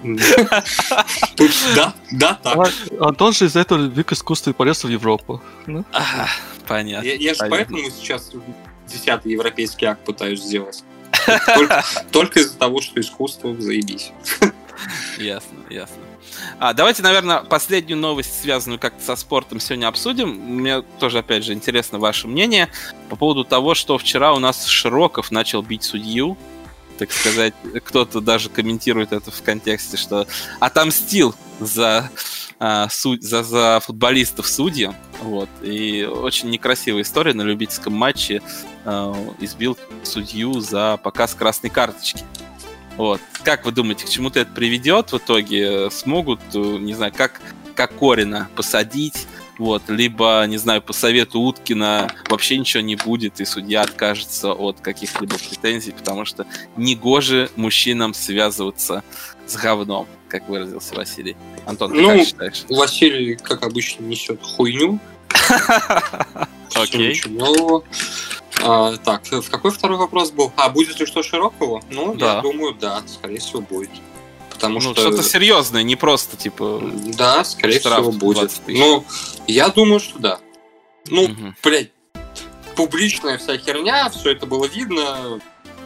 Да, так. Антон же из-за этого любви к искусству и полез в Европу. Понятно. Я же поэтому сейчас 10-й европейский акт пытаюсь сделать. Только из-за того, что искусство заебись. Ясно. Давайте, наверное, последнюю новость, связанную как-то со спортом, сегодня обсудим. Мне тоже, опять же, интересно ваше мнение по поводу того, что вчера у нас Широков начал бить судью. Так сказать, кто-то даже комментирует это в контексте, что отомстил за футболистов судьи. Вот. И очень некрасивая история на любительском матче. Избил судью за показ красной карточки. Вот. Как вы думаете, к чему-то это приведет в итоге? Смогут, не знаю, как Корина посадить, вот, либо, не знаю, по совету Уткина вообще ничего не будет, и судья откажется от каких-либо претензий, потому что негоже мужчинам связываться с говном, как выразился Василий. Антон, ты как считаешь? Василий, как обычно, несет хуйню. Окей. Ничего нового. Так, какой второй вопрос был? Будет ли что Широкову? Ну, да. Я думаю, да, скорее всего, будет. Потому что... что-то серьезное, не просто, типа... Да, скорее всего, будет. Ну, я думаю, что да. Ну, блядь, публичная вся херня, все это было видно.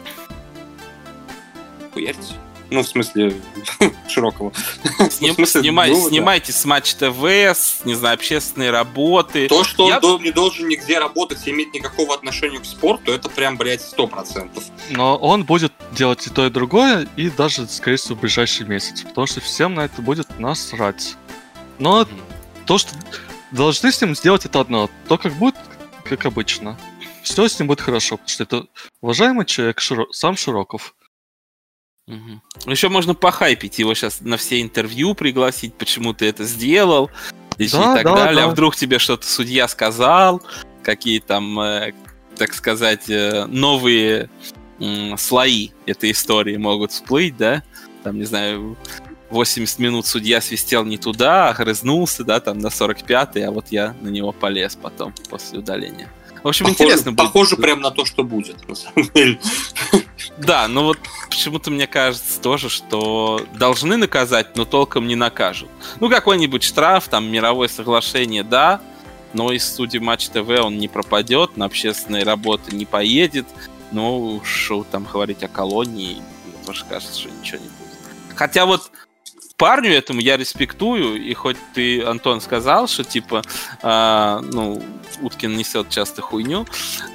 Хуярьте. Ну, в смысле, Широкого. Снимайте с Матч ТВ, не знаю, общественные работы. То, что он не должен нигде работать и иметь никакого отношения к спорту, это прям, блядь, 100%. Но он будет делать и то, и другое, и даже, скорее всего, в ближайший месяц, потому что всем на это будет насрать. Но то, что должны с ним сделать, это одно. То, как будет, как обычно. Все с ним будет хорошо, потому что это уважаемый человек, сам Широков. Еще можно похайпить его сейчас на все интервью пригласить, почему ты это сделал, и так далее. Да. А вдруг тебе что-то судья сказал, какие там, так сказать, новые слои этой истории могут всплыть, да? Там, не знаю, 80 минут судья свистел не туда, огрызнулся, да, там на 45-й, а вот я на него полез потом, после удаления. В общем, интересно будет. Похоже прям на то, что будет, на самом деле. Да, но вот почему-то мне кажется тоже, что должны наказать, но толком не накажут. Ну, какой-нибудь штраф, там, мировое соглашение, да, но из студии Матч ТВ он не пропадет, на общественные работы не поедет, но что там говорить о колонии, мне тоже кажется, что ничего не будет. Хотя вот парню этому я респектую, и хоть ты, Антон, сказал, что типа, Уткин несет часто хуйню,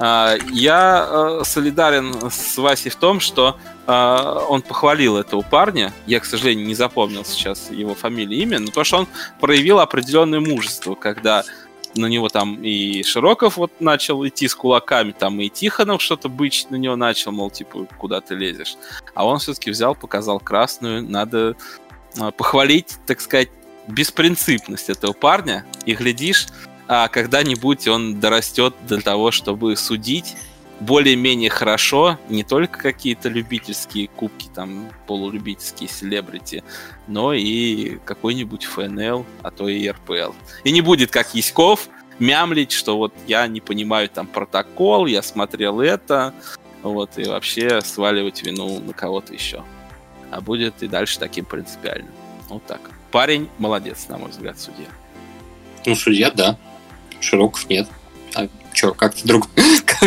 я солидарен с Васей в том, что он похвалил этого парня, я, к сожалению, не запомнил сейчас его фамилию и имя, но то, что он проявил определенное мужество, когда на него там и Широков вот начал идти с кулаками, там и Тихонов что-то бычить на него начал, мол, типа, куда ты лезешь, а он все-таки взял, показал красную, надо похвалить, так сказать, беспринципность этого парня, и глядишь, когда-нибудь он дорастет до того, чтобы судить более-менее хорошо не только какие-то любительские кубки, там, полулюбительские селебрити, но и какой-нибудь ФНЛ, а то и РПЛ. И не будет, как Яськов, мямлить, что вот я не понимаю там протокол, я смотрел это, вот, и вообще сваливать вину на кого-то еще. А будет и дальше таким принципиальным. Вот так. Парень молодец, на мой взгляд, судья. Ну, судья, да. Широков нет. А что, как-то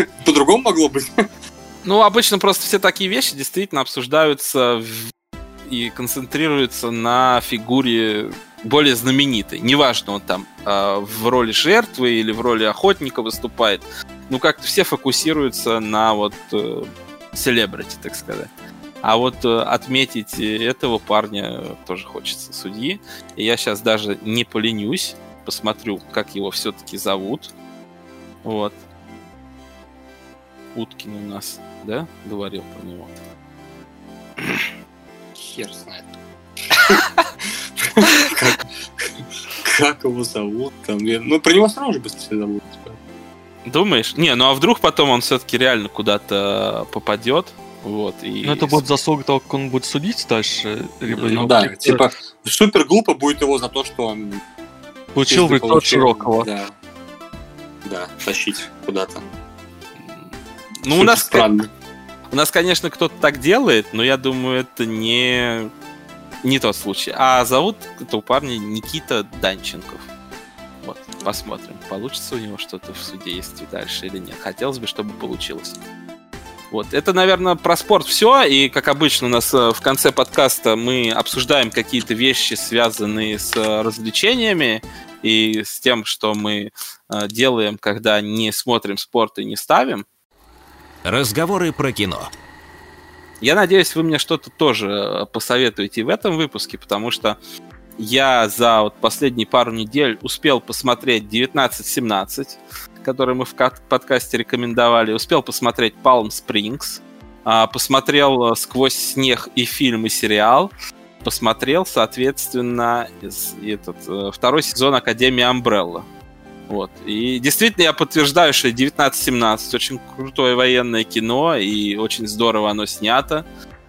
по-другому могло быть? Ну, обычно просто все такие вещи действительно обсуждаются и концентрируется на фигуре более знаменитой. Неважно, он там в роли жертвы или в роли охотника выступает. Ну, как-то все фокусируются на вот селебрити, так сказать. А вот отметить этого парня тоже хочется, судьи. И я сейчас даже не поленюсь, посмотрю, как его все-таки зовут. Вот. Уткин у нас, да, говорил про него. Хер знает. Как его зовут? Ну, про него сразу же быстрее зовут. Думаешь? Не, ну а вдруг потом он все-таки реально куда-то попадет? Вот, и... Ну, это будет заслуга того, как он будет судить дальше. Либо ну да, типа, супер глупо будет его за то, что он... Получил в рот широкого. Да, тащить куда-то. Ну, у нас, конечно, кто-то так делает, но я думаю, это не тот случай. А зовут этого парня Никита Данченков. Вот, посмотрим, получится у него что-то в судействе дальше или нет. Хотелось бы, чтобы получилось. Вот, это, наверное, про спорт все. И, как обычно, у нас в конце подкаста мы обсуждаем какие-то вещи, связанные с развлечениями и с тем, что мы делаем, когда не смотрим спорт и не ставим. Разговоры про кино. Я надеюсь, вы мне что-то тоже посоветуете в этом выпуске, потому что я за вот последние пару недель успел посмотреть 1917, который мы в подкасте рекомендовали, успел посмотреть Palm Springs, посмотрел «Сквозь снег» и фильм, и сериал, посмотрел, соответственно, второй сезон Академии Umbrella. Вот. И действительно я подтверждаю, что 1917 очень крутое военное кино, и очень здорово оно снято.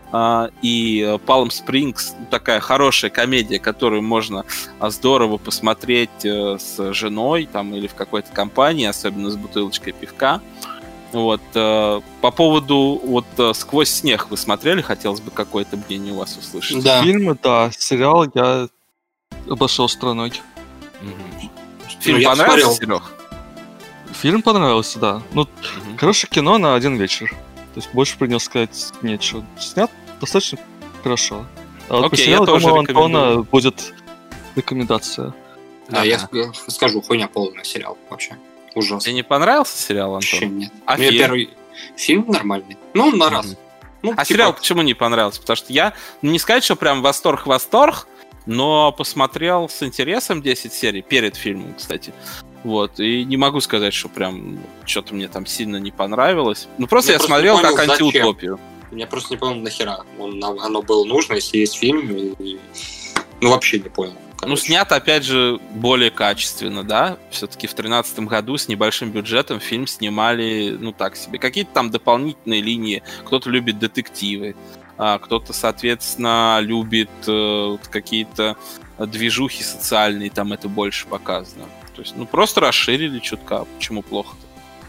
И Palm Springs такая хорошая комедия, которую можно здорово посмотреть с женой там, или в какой-то компании, особенно с бутылочкой пивка. Вот. По поводу вот «Сквозь снег» вы смотрели? Хотелось бы какое-то мнение у вас услышать. Да. Фильмы, да. Сериал я обошел стороной. Угу. Фильм понравился, Серег? Фильм понравился, да. Ну, хорошее кино на один вечер. То есть больше про него сказать нечего. Снят достаточно хорошо. А вот по сериалу, думаю, у Антона будет рекомендация. Да, я скажу, хуйня полная сериал вообще. Ужасно. Тебе не понравился сериал, Антон? Вообще нет. А фильм? Первый фильм нормальный. Ну, на раз. Ну, а сериал почему не понравился? Потому что я, не сказать, что прям восторг, но посмотрел с интересом 10 серий перед фильмом, кстати. Вот, и не могу сказать, что прям что-то мне там сильно не понравилось. Ну, просто я смотрел как антиутопию. Я просто не понял, нахера оно было нужно, если есть фильм. И... Ну, вообще не понял. Короче. Ну, снят, опять же, более качественно, да? Все-таки в 2013 году с небольшим бюджетом фильм снимали, ну, так себе. Какие-то там дополнительные линии. Кто-то любит детективы. Кто-то, соответственно, любит какие-то движухи социальные, там это больше показано. То есть, ну, просто расширили чутка. Почему плохо-то?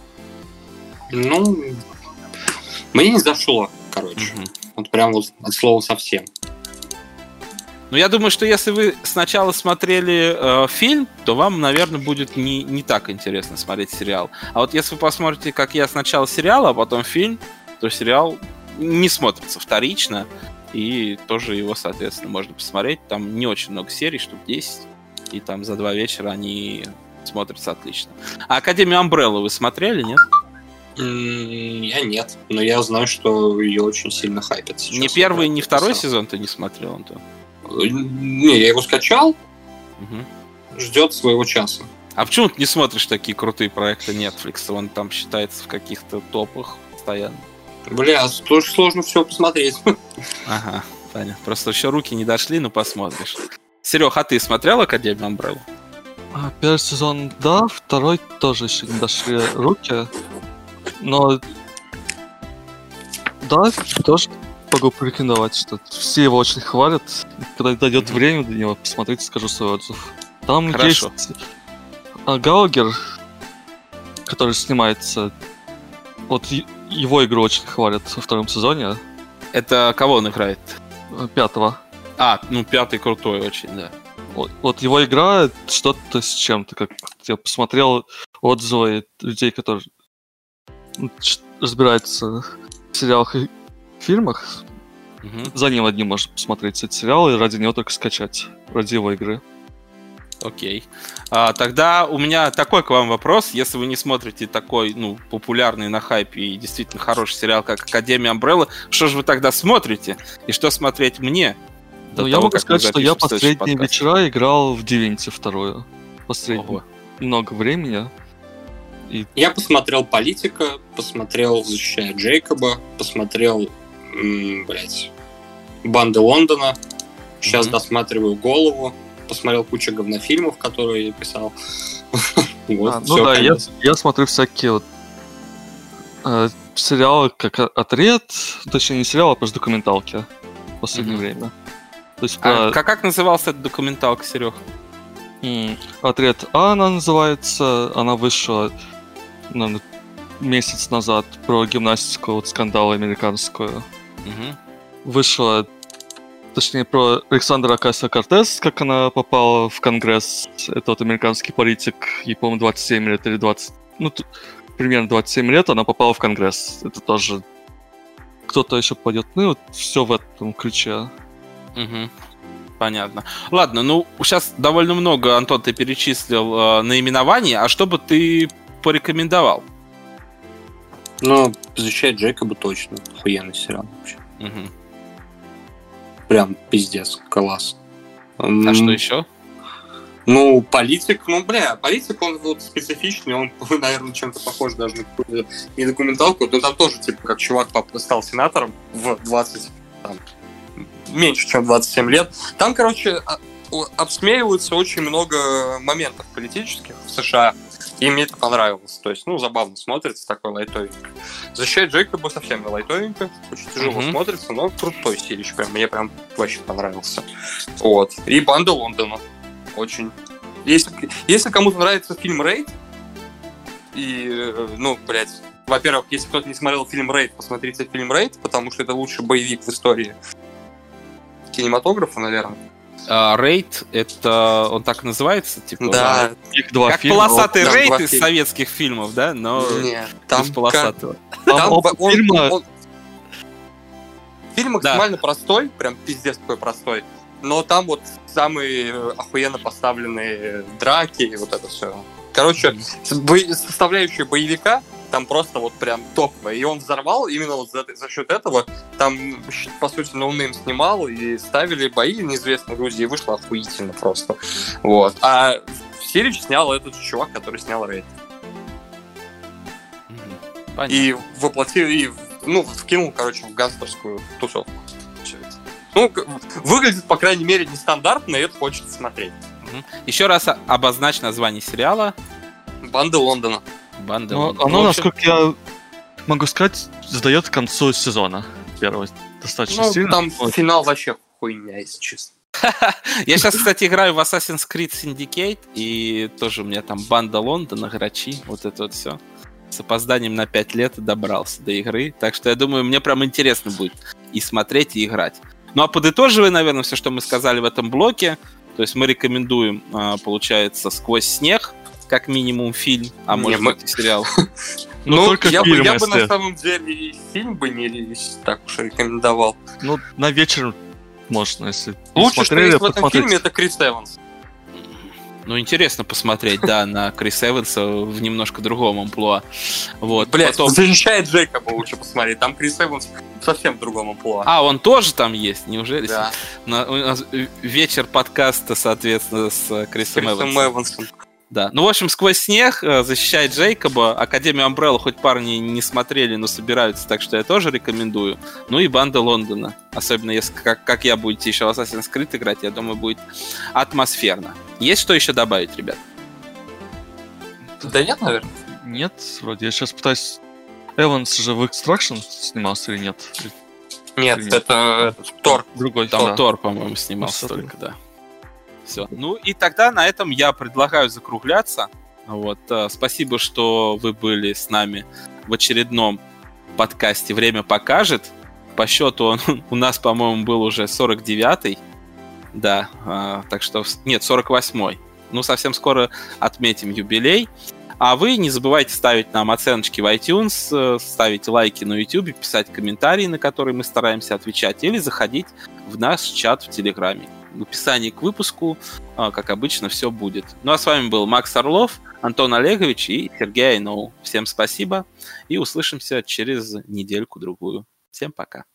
Ну, мне не зашло, короче. Вот прям вот от слова совсем. Ну, я думаю, что если вы сначала смотрели фильм, то вам, наверное, будет не так интересно смотреть сериал. А вот если вы посмотрите, как я, сначала сериал, а потом фильм, то сериал не смотрится вторично, и тоже его, соответственно, можно посмотреть. Там не очень много серий, штук 10, и там за 2 вечера они смотрятся отлично. А Академию Umbrella вы смотрели, нет? Я нет, но я знаю, что ее очень сильно хайпят сейчас. Ни первый, ни второй сезон ты не смотрел, Антон? Не, я его скачал, ждет своего часа. А почему ты не смотришь такие крутые проекты Netflix? Он там считается в каких-то топах постоянно. Бля, тоже сложно все посмотреть. Ага, понятно. Просто еще руки не дошли, но посмотришь. Серег, а ты смотрел Академию Umbrella? Первый сезон, да, второй тоже еще не дошли руки. Но да, тоже могу порекомендовать, что все его очень хвалят. Когда дойдет время до него, посмотрите, скажу свой отзыв. Там Хорошо. Есть Галагер, который снимается. Вот его игру очень хвалят во втором сезоне. Это кого он играет? 5-го. Ну 5-й крутой очень, да. Вот его игра что-то с чем-то. Как я посмотрел отзывы людей, которые разбираются в сериалах и фильмах. За ним одним можно посмотреть этот сериал и ради него только скачать, ради его игры. Окей. Тогда у меня такой к вам вопрос. Если вы не смотрите такой, популярный на хайпе и действительно хороший сериал, как «Академия Амбрелла», что же вы тогда смотрите? И что смотреть мне? Я могу сказать, что я последние вечера играл в Divinity 2. Последние много времени. Я посмотрел «Политика», посмотрел «Защищая Джейкоба», посмотрел, «Банды Лондона». Сейчас досматриваю «Голову». Посмотрел кучу говнофильмов, которые я писал. Я смотрю всякие сериалы, как «Отряд», точнее не сериалы, а просто документалки в последнее время. То есть как назывался эта документалка, Серег? «Отряд А» она называется. Она вышла месяц назад, про гимнастику, скандал американскую. Вышла, точнее, про Александра Окасио-Кортес, как она попала в Конгресс. Это американский политик, ей, по-моему, 27 лет или 20... примерно 27 лет она попала в Конгресс. Это тоже кто-то еще пойдет. Все в этом ключе. Понятно. Ладно, сейчас довольно много, Антон, ты перечислил наименований, а что бы ты порекомендовал? «Защищать Джейкоба» точно. Охуенный сериал вообще. Прям пиздец, класс. А что еще? «Политик», «Политик», он специфичный, он, наверное, чем-то похож даже на какую-то не документалку, но там тоже, как чувак стал сенатором в 20, меньше, чем 27 лет. Там, обсмеиваются очень много моментов политических в США, и мне это понравилось. То есть, забавно смотрится, такой лайтовенько. «Защищать Джейкоба» совсем не лайтовенько, очень тяжело смотрится, но крутой стилич, мне прям вообще понравился. И «Банда Лондона». Очень. Если кому-то нравится фильм «Рейд», и, во-первых, если кто-то не смотрел фильм «Рейд», посмотрите фильм «Рейд», потому что это лучший боевик в истории кинематографа, наверное. «Рейд», это он так называется? Типа, да. Их два как фильма. полосатый рейд из советских фильмов, да? Но нет, там полосатого. Фильм максимально простой, прям пиздец такой простой. Но там самые охуенно поставленные драки и это все. Составляющая боевика там просто прям топовая. И он взорвал именно за счет этого. Там, по сути, ноунейм снимал и ставили бои неизвестной Грузии. И вышло охуительно просто. А Сирич снял этот чувак, который снял «Рейд». И воплотил, и вкинул, в гангстерскую тусовку. Выглядит, по крайней мере, нестандартно, и это хочется смотреть. Еще раз обозначь название сериала. «Банды Лондона». «Банды Лондона». Оно, насколько я могу сказать, сдает к концу сезона первого достаточно сильно. Там финал вообще хуйня, если честно. Я сейчас, кстати, играю в Assassin's Creed Syndicate, и тоже у меня там «Банда Лондона», «Грачи», это все. С опозданием на 5 лет добрался до игры, так что я думаю, мне прям интересно будет и смотреть, и играть. А подытоживая, наверное, все, что мы сказали в этом блоке, то есть мы рекомендуем, получается, «Сквозь снег», как минимум фильм, а может быть и сериал. Я бы на самом деле и фильм бы не так уж рекомендовал. На вечер можно, если лучше, что есть в этом фильме, это Крис Эванс. Интересно посмотреть, да, на Криса Эванса в немножко другом амплуа. «Защищает Джейкоба» лучше посмотреть. Там Крис Эванс в совсем другом амплуа. Он тоже там есть, неужели? Да. У нас вечер подкаста, соответственно, с Крисом Эвансом. Да. В общем, «Сквозь снег», «Защищает Джейкоба», «Академию Амбрелла» хоть парни не смотрели, но собираются, так что я тоже рекомендую. И «Банда Лондона». Особенно если, как я, будете еще в Assassin's Creed играть, я думаю, будет атмосферно. Есть что еще добавить, ребят? Да нет, наверное. Нет, вроде. Я сейчас пытаюсь... Эванс же в Extraction снимался или нет? Нет, это Тор. Другой. Там Тор, по-моему, снимался только, да. Все. И тогда на этом я предлагаю закругляться. Спасибо, что вы были с нами в очередном подкасте «Время покажет». По счету он у нас, по-моему, был уже 49-й. Да, так что... Нет, 48-й. Совсем скоро отметим юбилей. А вы не забывайте ставить нам оценочки в iTunes, ставить лайки на YouTube, писать комментарии, на которые мы стараемся отвечать, или заходить в наш чат в Телеграме. В описании к выпуску, как обычно, все будет. Ну а с вами был Макс Орлов, Антон Олегович и Сергей Айноу. Всем спасибо и услышимся через недельку-другую. Всем пока.